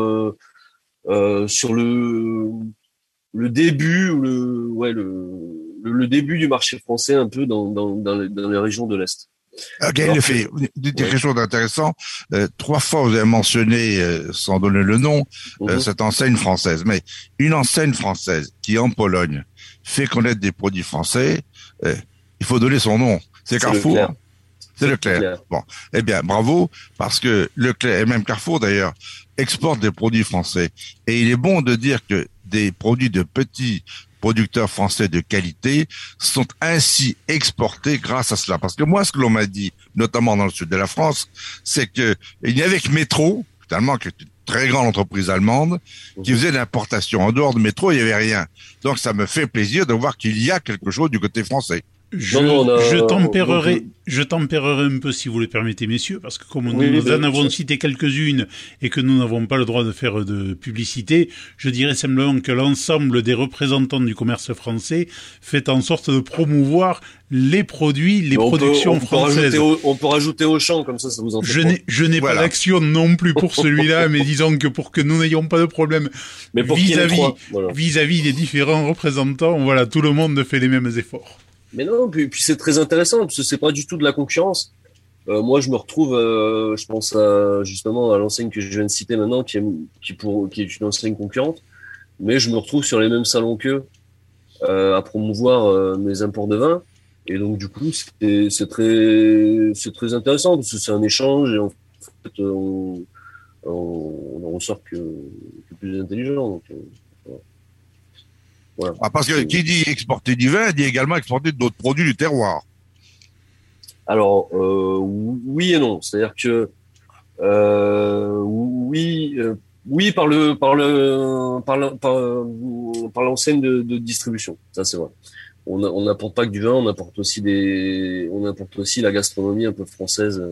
le début ou le début du marché français un peu dans les régions de l'Est. Gaël Lefebvre, dites quelque chose d'intéressant. 3 fois, vous avez mentionné, sans donner le nom, cette enseigne française. Mais une enseigne française qui, en Pologne, fait connaître des produits français, il faut donner son nom. C'est Carrefour. C'est Leclerc. Bon, eh bien, bravo, parce que Leclerc, et même Carrefour d'ailleurs, exportent des produits français. Et il est bon de dire que des produits de petits producteurs français de qualité sont ainsi exportés grâce à cela. Parce que moi, ce que l'on m'a dit, notamment dans le sud de la France, c'est que il n'y avait que Métro, finalement, qui est une très grande entreprise allemande, qui faisait l'importation. En dehors de Métro, il n'y avait rien. Donc, ça me fait plaisir de voir qu'il y a quelque chose du côté français. Je tempérerai un peu, si vous le permettez, messieurs, parce que comme nous en avons cité quelques-unes et que nous n'avons pas le droit de faire de publicité, je dirais simplement que l'ensemble des représentants du commerce français fait en sorte de promouvoir les produits, les productions françaises. On peut rajouter Auchan, comme ça vous en fait pas. Je n'ai pas d'action non plus pour celui-là, mais disons que pour que nous n'ayons pas de problème vis-à-vis des différents représentants, voilà, tout le monde fait les mêmes efforts. Mais non, puis c'est très intéressant, parce que c'est pas du tout de la concurrence. Moi, je me retrouve, je pense justement à l'enseigne que je viens de citer maintenant, qui est une enseigne concurrente, mais je me retrouve sur les mêmes salons qu'eux, à promouvoir mes imports de vin. Et donc, du coup, c'est très intéressant, parce que c'est un échange, et fait, on en ressort que plus intelligent. Donc, voilà. Parce que qui dit exporter du vin dit également exporter d'autres produits du terroir. Alors oui et non, c'est-à-dire que oui par l'enseigne de distribution, ça c'est vrai. On n'apporte pas que du vin, on apporte aussi la gastronomie un peu française,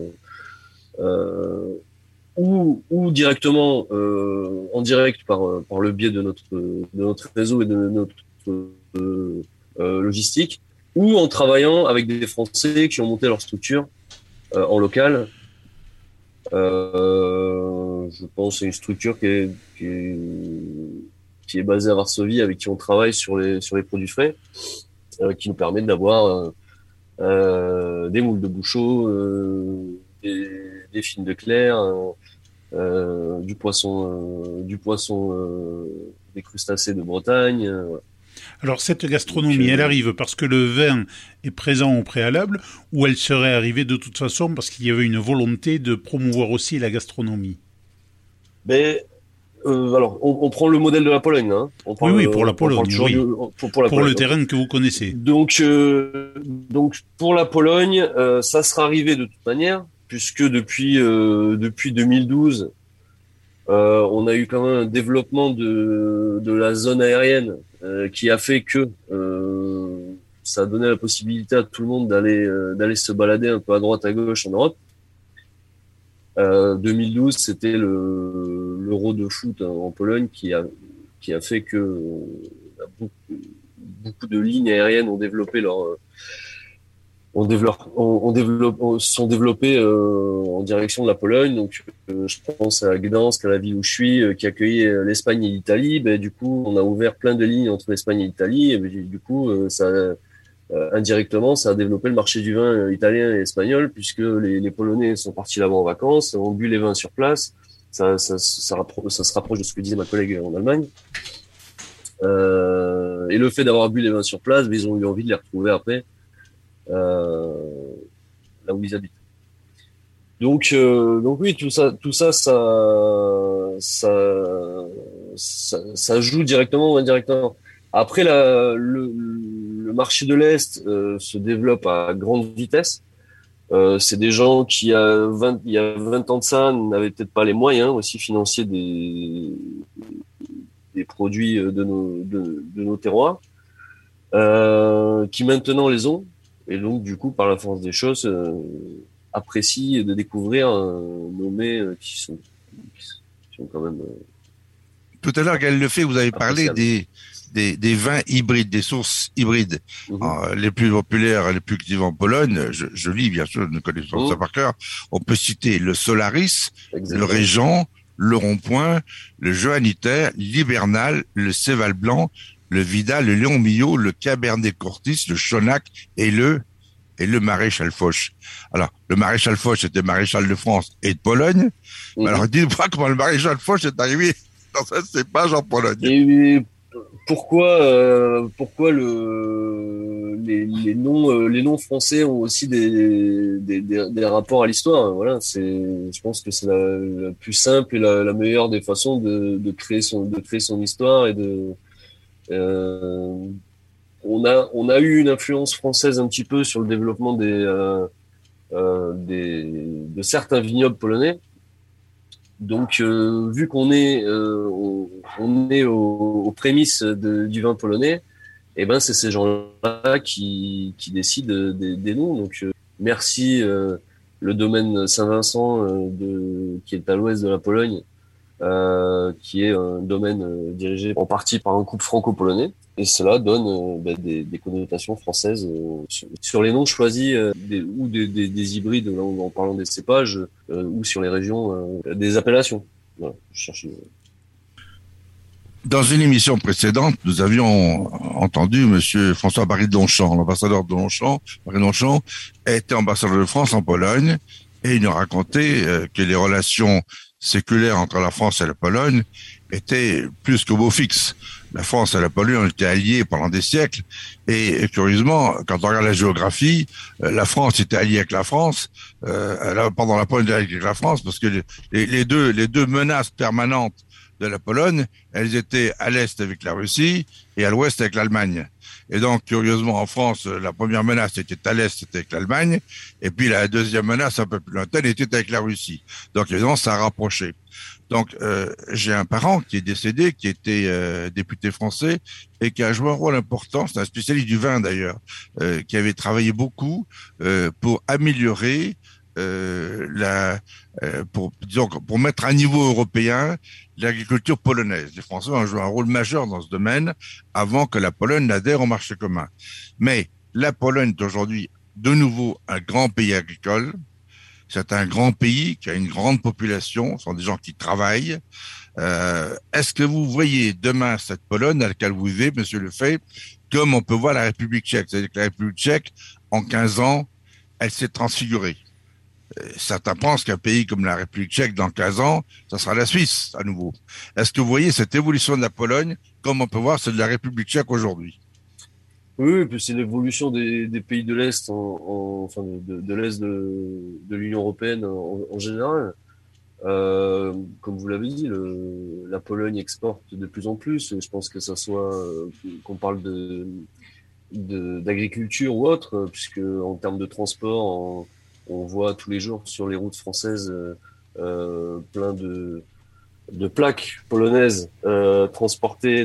ou directement en direct par le biais de notre réseau et de notre logistique, ou en travaillant avec des Français qui ont monté leur structure en local. Je pense à une structure qui est basée à Varsovie, avec qui on travaille sur les produits frais, qui nous permet d'avoir des moules de Bouchot, des films de Clair, du poisson, des crustacés de Bretagne. Voilà. Alors cette gastronomie, elle arrive parce que le vin est présent au préalable, ou elle serait arrivée de toute façon parce qu'il y avait une volonté de promouvoir aussi la gastronomie? Alors, on prend le modèle de la Pologne. Hein. Oui, pour la Pologne. Pour le terrain que vous connaissez. Donc pour la Pologne, ça sera arrivé de toute manière, puisque depuis 2012, on a eu quand même un développement de la zone aérienne qui a fait que ça a donné la possibilité à tout le monde d'aller se balader un peu à droite à gauche en Europe. 2012, c'était l'Euro de foot en Pologne qui a fait que beaucoup de lignes aériennes ont développé sont développées en direction de la Pologne. Donc, je pense à Gdansk, à la ville où je suis, qui accueillait l'Espagne et l'Italie. Du coup, on a ouvert plein de lignes entre l'Espagne et l'Italie. Et du coup, indirectement, ça a développé le marché du vin italien et espagnol, puisque les Polonais sont partis là-bas en vacances, ont bu les vins sur place. Ça se rapproche de ce que disait ma collègue en Allemagne. Et le fait d'avoir bu les vins sur place, ils ont eu envie de les retrouver après. Là où ils habitent. Donc oui, tout ça joue directement ou indirectement. Après, le marché de l'Est se développe à grande vitesse. C'est des gens qui, il y a 20 ans de ça, n'avaient peut-être pas les moyens aussi financiers des produits de nos terroirs, qui maintenant les ont. Et donc, du coup, par la force des choses, apprécient de découvrir nos mets qui sont quand même... Tout à l'heure, Gaël Lefebvre, vous avez parlé des vins hybrides, des sources hybrides. Les plus populaires, les plus cultivés en Pologne, je lis, bien sûr, je ne connais pas ça par cœur. On peut citer le Solaris, le Régent, le Rond-Point, le Johanniter, l'Hibernal, le Céval Blanc, le Vidal, le Léon Millot, le Cabernet Cortis, le Chonac et le Maréchal Foch. Alors, le Maréchal Foch était maréchal de France et de Pologne. Alors, dites-moi comment le Maréchal Foch est arrivé dans cette cépage en Pologne. Et pourquoi les noms français ont aussi des rapports à l'histoire. Voilà, je pense que c'est la plus simple et la meilleure des façons de créer son histoire et on a eu une influence française un petit peu sur le développement de certains vignobles polonais. Donc, vu qu'on est aux prémices du vin polonais, et ben c'est ces gens-là qui décident des noms. Donc, merci le domaine Saint-Vincent qui est à l'ouest de la Pologne, qui est un domaine dirigé en partie par un couple franco-polonais, et cela donne des connotations françaises sur les noms choisis des hybrides, là, en parlant des cépages, ou sur les régions, des appellations. Voilà, je cherche. Dans une émission précédente, nous avions entendu monsieur François-Barry de Longchamp, l'ambassadeur de Longchamp. Barry de Longchamp était ambassadeur de France en Pologne, et il nous racontait que les relations séculaires entre la France et la Pologne étaient plus que beau fixe. La France et la Pologne ont été alliées pendant des siècles. Et curieusement, quand on regarde la géographie, la France était alliée avec la France pendant la Pologne était alliée avec la France, parce que les deux menaces permanentes de la Pologne, elles étaient à l'est avec la Russie et à l'ouest avec l'Allemagne. Et donc, curieusement, en France, la première menace était à l'est, c'était avec l'Allemagne, et puis la deuxième menace, un peu plus lointaine, était avec la Russie. Donc, évidemment, ça a rapproché. Donc, j'ai un parent qui est décédé, qui était député français et qui a joué un rôle important. C'est un spécialiste du vin d'ailleurs, qui avait travaillé beaucoup pour améliorer pour mettre à niveau européen l'agriculture polonaise. Les Français ont joué un rôle majeur dans ce domaine avant que la Pologne n'adhère au marché commun. Mais la Pologne est aujourd'hui de nouveau un grand pays agricole. C'est un grand pays qui a une grande population, ce sont des gens qui travaillent. Est-ce que vous voyez demain cette Pologne dans laquelle vous vivez, Monsieur Lefebvre, comme on peut voir la République tchèque? C'est-à-dire que la République tchèque, en 15 ans, elle s'est transfigurée. Certains pensent qu'un pays comme la République tchèque, dans 15 ans, ça sera la Suisse à nouveau. Est-ce que vous voyez cette évolution de la Pologne, comme on peut voir celle de la République tchèque aujourd'hui? Oui, puis c'est l'évolution des pays de l'Est, enfin de l'Est de l'Union européenne en général. Comme vous l'avez dit, la Pologne exporte de plus en plus. Je pense que ça soit qu'on parle d'agriculture ou autre, puisque en termes de transport, on voit tous les jours sur les routes françaises plein de plaques polonaises transporter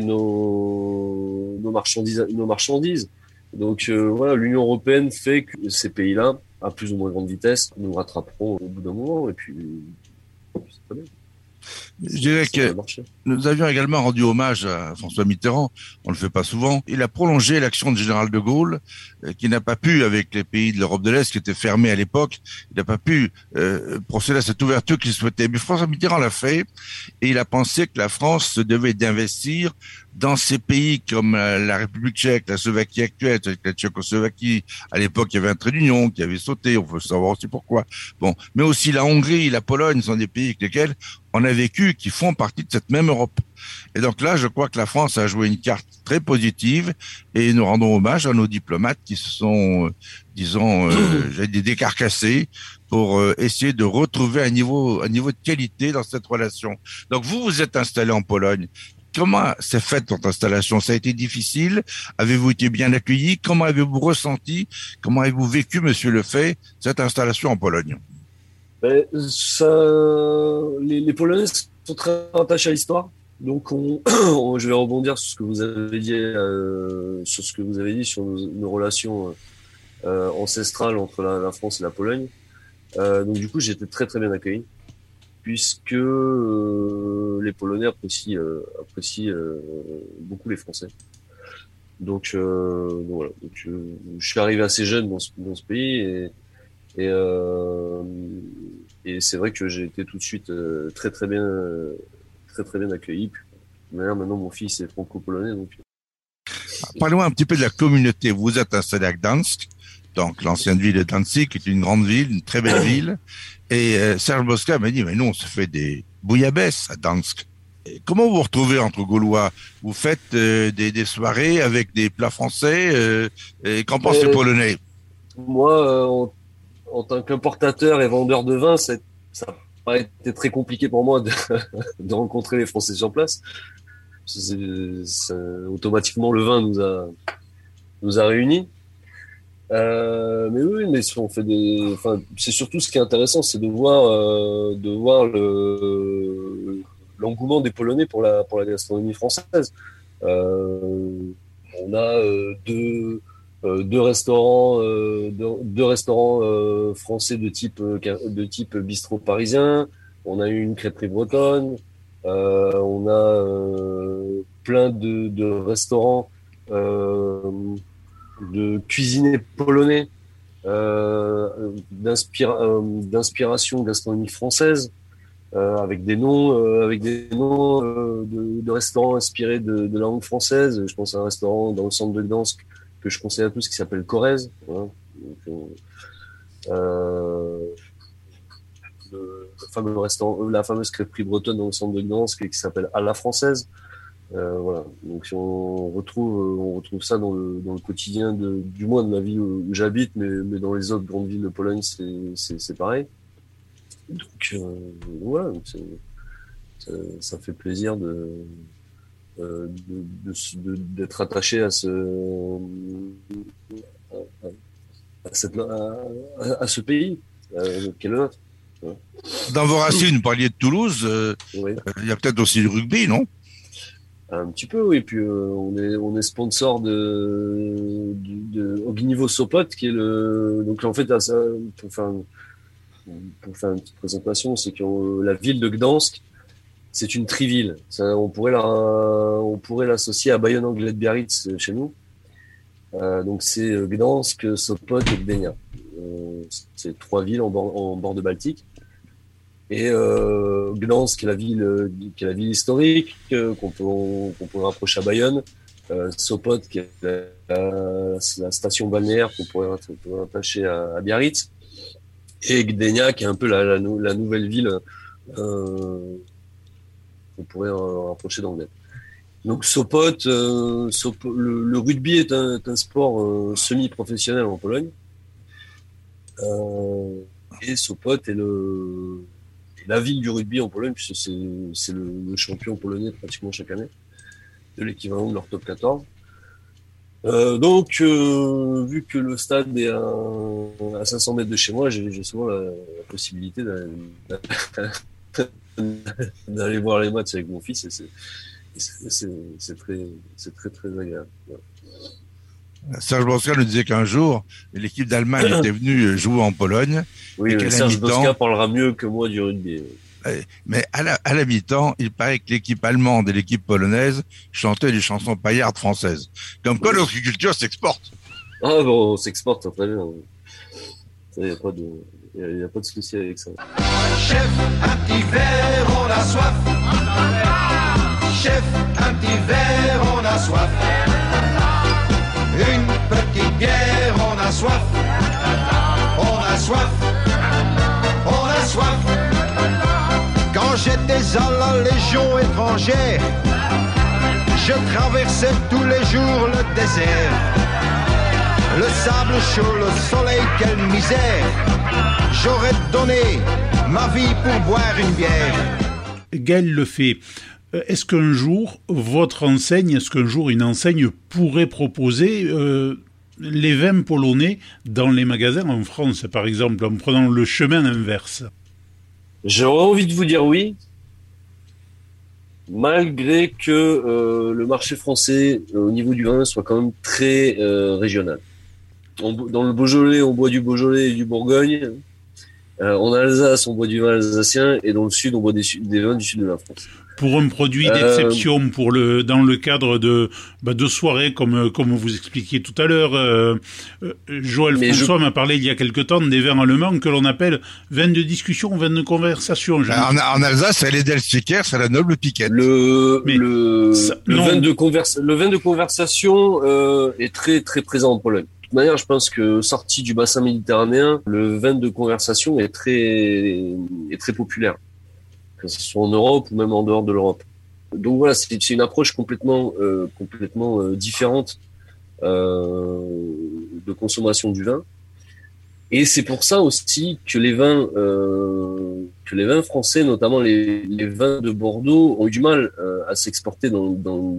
nos marchandises. Donc voilà, l'Union européenne fait que ces pays-là, à plus ou moins grande vitesse, nous rattraperont au bout d'un moment. Et puis, c'est pas bien. Je dirais que nous avions également rendu hommage à François Mitterrand. On le fait pas souvent. Il a prolongé l'action du général de Gaulle, qui n'a pas pu, avec les pays de l'Europe de l'Est qui étaient fermés à l'époque, il n'a pas pu procéder à cette ouverture qu'il souhaitait. Mais François Mitterrand l'a fait, et il a pensé que la France se devait d'investir dans ces pays comme la République tchèque, la Slovaquie actuelle, la Tchécoslovaquie. À l'époque, il y avait un trait d'union qui avait sauté. On peut savoir aussi pourquoi. Bon, mais aussi la Hongrie, la Pologne sont des pays avec lesquels on a vécu, qui font partie de cette même Europe. Et donc là, je crois que la France a joué une carte très positive, et nous rendons hommage à nos diplomates qui se sont, disons, décarcassés pour essayer de retrouver un niveau de qualité dans cette relation. Donc vous êtes installé en Pologne. Comment s'est faite votre installation? Ça a été difficile? Avez-vous été bien accueilli? Comment avez-vous ressenti? Comment avez-vous vécu, Monsieur Lefebvre, cette installation en Pologne? Les Polonais sont très attachés à l'histoire. Donc, je vais rebondir sur ce que vous avez dit, sur nos relations ancestrales entre la France et la Pologne. Donc, du coup, j'ai été très très bien accueilli, puisque les Polonais apprécient beaucoup les Français. Donc voilà. Donc, je suis arrivé assez jeune dans ce pays, et c'est vrai que j'ai été tout de suite très très bien accueilli. Puis, maintenant mon fils est franco-polonais, donc. Parlons un petit peu de la communauté. Vous êtes installé à Gdansk, donc l'ancienne ville de Danzig, qui est une grande ville, une très belle ville. Et Serge Bosca m'a dit, mais nous, on se fait des bouillabaisse à Gdansk. Et comment vous vous retrouvez entre Gaulois? Vous faites des soirées avec des plats français, et qu'en pensent les Polonais? Moi, en tant qu'importateur et vendeur de vin, ça n'a pas été très compliqué pour moi de rencontrer les Français sur place. Automatiquement, le vin nous a réunis. Mais oui, mais on fait c'est surtout ce qui est intéressant, c'est de voir l'engouement des Polonais pour la gastronomie française. On a deux restaurants français de type bistrot parisien. On a une crêperie bretonne. On a plein de restaurants de cuisiniers polonais d'inspiration gastronomique française, avec des noms de restaurants inspirés de la langue française. Je pense à un restaurant dans le centre de Gdansk que je conseille à tous, qui s'appelle Corrèze. Voilà. Donc, le fameux restaurant, la fameuse crêperie bretonne dans le centre de Gdansk, qui s'appelle À la française. Voilà. Donc si on retrouve ça dans le quotidien du moins de la ville où j'habite, mais dans les autres grandes villes de Pologne, c'est pareil. Donc voilà, ça fait plaisir d'être attaché à ce pays qui est le nôtre. Voilà. Dans vos racines, vous parliez de Toulouse, Oui. il y a peut-être aussi du rugby, non? Un petit peu, oui. Puis on est sponsor de Ognivo Sopot, qui est donc en fait pour faire une petite présentation, c'est que la ville de Gdansk, c'est une triville. On pourrait l'associer à Bayonne Anglais de Biarritz chez nous. Donc c'est Gdansk, Sopot et Gdynia. C'est 3 villes en bord de Baltique. Et Gdansk, qui est la ville historique qu'on peut rapprocher à Bayonne. Sopot, qui est la station balnéaire qu'on pourrait rattacher à Biarritz. Et Gdynia, qui est un peu la nouvelle ville qu'on pourrait rapprocher d'Anglet. Donc Sopot, le rugby est un sport semi-professionnel en Pologne. Et Sopot est la ville du rugby en Pologne, puisque c'est le champion polonais pratiquement chaque année, de l'équivalent de leur top 14. Donc, vu que le stade est à 500 mètres de chez moi, j'ai souvent la possibilité d'aller voir les matchs avec mon fils, et c'est très très agréable. Ouais. Serge Bosca nous disait qu'un jour, l'équipe d'Allemagne était venue jouer en Pologne. Oui, mais Serge Bosca parlera mieux que moi du rugby. Mais à la mi-temps, il paraît que l'équipe allemande et l'équipe polonaise chantaient des chansons paillardes françaises. Comme quoi, notre culture s'exporte. Ah bon, on s'exporte, très bien. Il n'y a pas de souci avec ça. Chef, un petit verre, on a soif. Chef, un petit verre, on a soif. Une petite bière, on a soif. On a soif. On a soif. Quand j'étais à la Légion étrangère, je traversais tous les jours le désert. Le sable chaud, le soleil, quelle misère. J'aurais donné ma vie pour boire une bière. Gaël Lefebvre, est-ce qu'un jour, une enseigne pourrait proposer les vins polonais dans les magasins en France, par exemple, en prenant le chemin inverse? J'aurais envie de vous dire oui, malgré que le marché français au niveau du vin soit quand même très régional. Dans le Beaujolais, on boit du Beaujolais et du Bourgogne. En Alsace, on boit du vin alsacien, et dans le Sud, on boit des vins du Sud de la France. Pour un produit d'exception, dans le cadre de soirées comme vous expliquiez tout à l'heure, Joël François m'a parlé il y a quelque temps des vins allemands que l'on appelle vins de discussion, vins de conversation. En Alsace, c'est l'Edelsticker, c'est la noble piquette. Le vin de conversation est très très présent en Pologne. De toute manière, je pense que sorti du bassin méditerranéen, le vin de conversation est très populaire, que ce soit en Europe ou même en dehors de l'Europe. Donc voilà, c'est une approche complètement différente de consommation du vin. Et c'est pour ça aussi que les vins français, notamment les vins de Bordeaux, ont eu du mal à s'exporter dans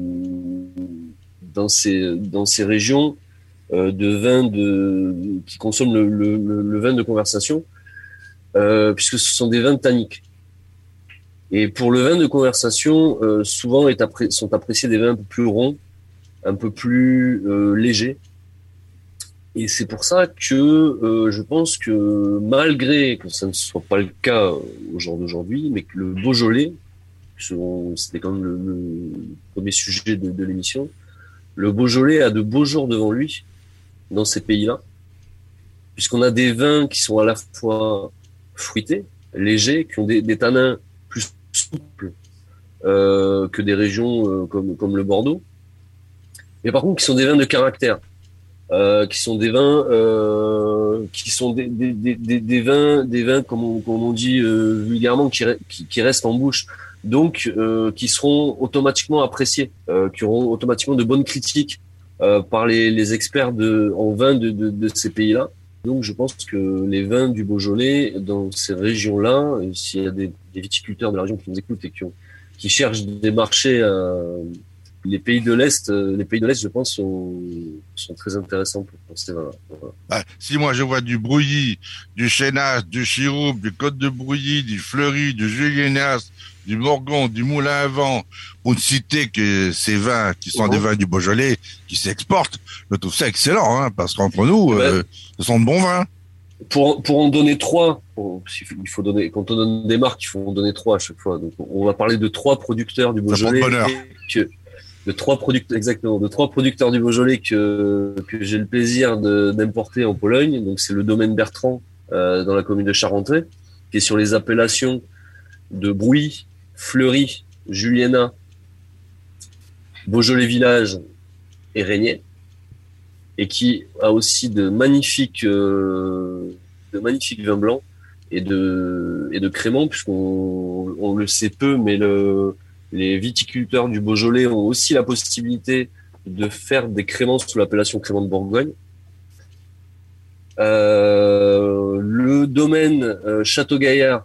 ces régions de vins qui consomment le vin de conversation, puisque ce sont des vins tanniques. Et pour le vin de conversation, souvent sont appréciés des vins un peu plus ronds, un peu plus légers. Et c'est pour ça que je pense que malgré que ça ne soit pas le cas au jour d'aujourd'hui, mais que le Beaujolais, c'était quand même le premier sujet de l'émission, le Beaujolais a de beaux jours devant lui dans ces pays-là, puisqu'on a des vins qui sont à la fois fruités, légers, qui ont des tanins plus souples que des régions comme le Bordeaux, mais par contre qui sont des vins de caractère, qui sont des vins des vins comme on dit vulgairement qui restent en bouche. donc qui seront automatiquement appréciés, qui auront automatiquement de bonnes critiques par les experts en vin de ces pays-là. Donc je pense que les vins du Beaujolais dans ces régions-là, s'il y a des viticulteurs de la région qui nous écoutent et qui cherchent des marchés, les pays de l'Est, je pense, sont très intéressants pour ces vins-là. Voilà. Bah, si moi je vois du Brouilly, du Chénas, du Chirouble, du Côte de Brouilly, du Fleury, du Julienas, du Morgon, du Moulin à Vent, pour ne citer que ces vins qui sont des vins du Beaujolais qui s'exportent, je trouve ça excellent, hein, parce qu'entre nous, ce sont de bons vins. Pour en donner 3, il faut donner, quand on donne des marques, il faut en donner 3 à chaque fois. Donc, on va parler de 3 producteurs du Beaujolais. De 3 producteurs du Beaujolais que j'ai le plaisir d'importer en Pologne. Donc, c'est le domaine Bertrand, dans la commune de Charentais, qui est sur les appellations de Brouilly, Fleury, Juliena, Beaujolais Village et Régnier, et qui a aussi de magnifiques vins blancs et de créments, puisqu'on le sait peu, mais les viticulteurs du Beaujolais ont aussi la possibilité de faire des créments sous l'appellation crémant de Bourgogne. Le domaine Château-Gaillard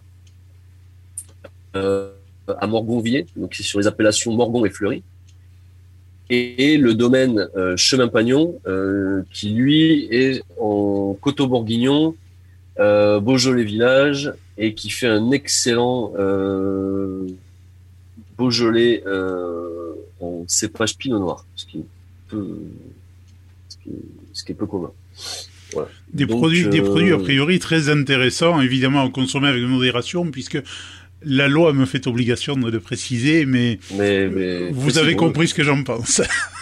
à Morgonvier, donc c'est sur les appellations Morgon et Fleury, et le domaine Chemin-Pagnon qui lui est en Coteau-Bourguignon, Beaujolais Village, et qui fait un excellent Beaujolais en cépage Pinot Noir, ce qui est peu commun. Voilà. Des produits a priori très intéressants, évidemment à consommer avec modération, puisque la loi me fait obligation de le préciser, mais vous avez compris ce que j'en pense.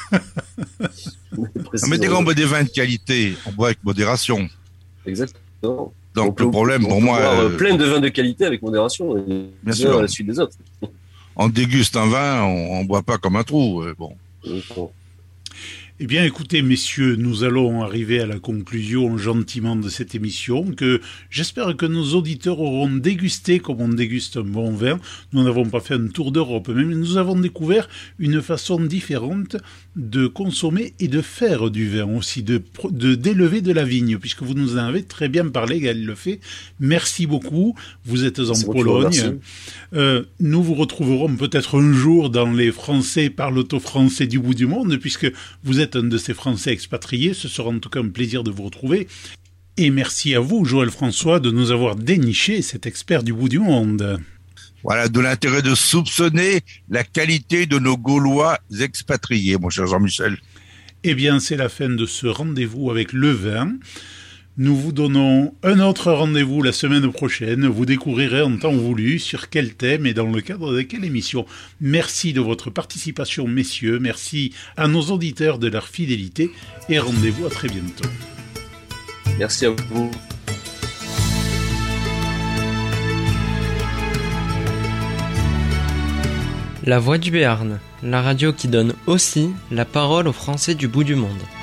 Mais dès qu'on boit des vins de qualité, on boit avec modération. Exactement. Donc le problème pour moi... plein de vins de qualité avec modération, bien sûr, à la suite des autres. On déguste un vin, on boit pas comme un trou. Bon. Eh bien, écoutez, messieurs, nous allons arriver à la conclusion gentiment de cette émission, que j'espère que nos auditeurs auront dégusté comme on déguste un bon vin. Nous n'avons pas fait un tour d'Europe, mais nous avons découvert une façon différente de consommer et de faire du vin aussi, d'élever de la vigne, puisque vous nous en avez très bien parlé, Gaël Lefebvre. Merci beaucoup. Vous êtes en Pologne. Nous vous retrouverons peut-être un jour dans les Français parlent au français du bout du monde, puisque vous êtes un de ces Français expatriés. Ce sera en tout cas un plaisir de vous retrouver. Et merci à vous, Joël François, de nous avoir déniché cet expert du bout du monde. Voilà, de l'intérêt de soupçonner la qualité de nos Gaulois expatriés, mon cher Jean-Michel. Eh bien, c'est la fin de ce rendez-vous avec le vin. Nous vous donnons un autre rendez-vous la semaine prochaine. Vous découvrirez en temps voulu sur quel thème et dans le cadre de quelle émission. Merci de votre participation, messieurs. Merci à nos auditeurs de leur fidélité et rendez-vous à très bientôt. Merci à vous. La Voix du Béarn, la radio qui donne aussi la parole aux Français du bout du monde.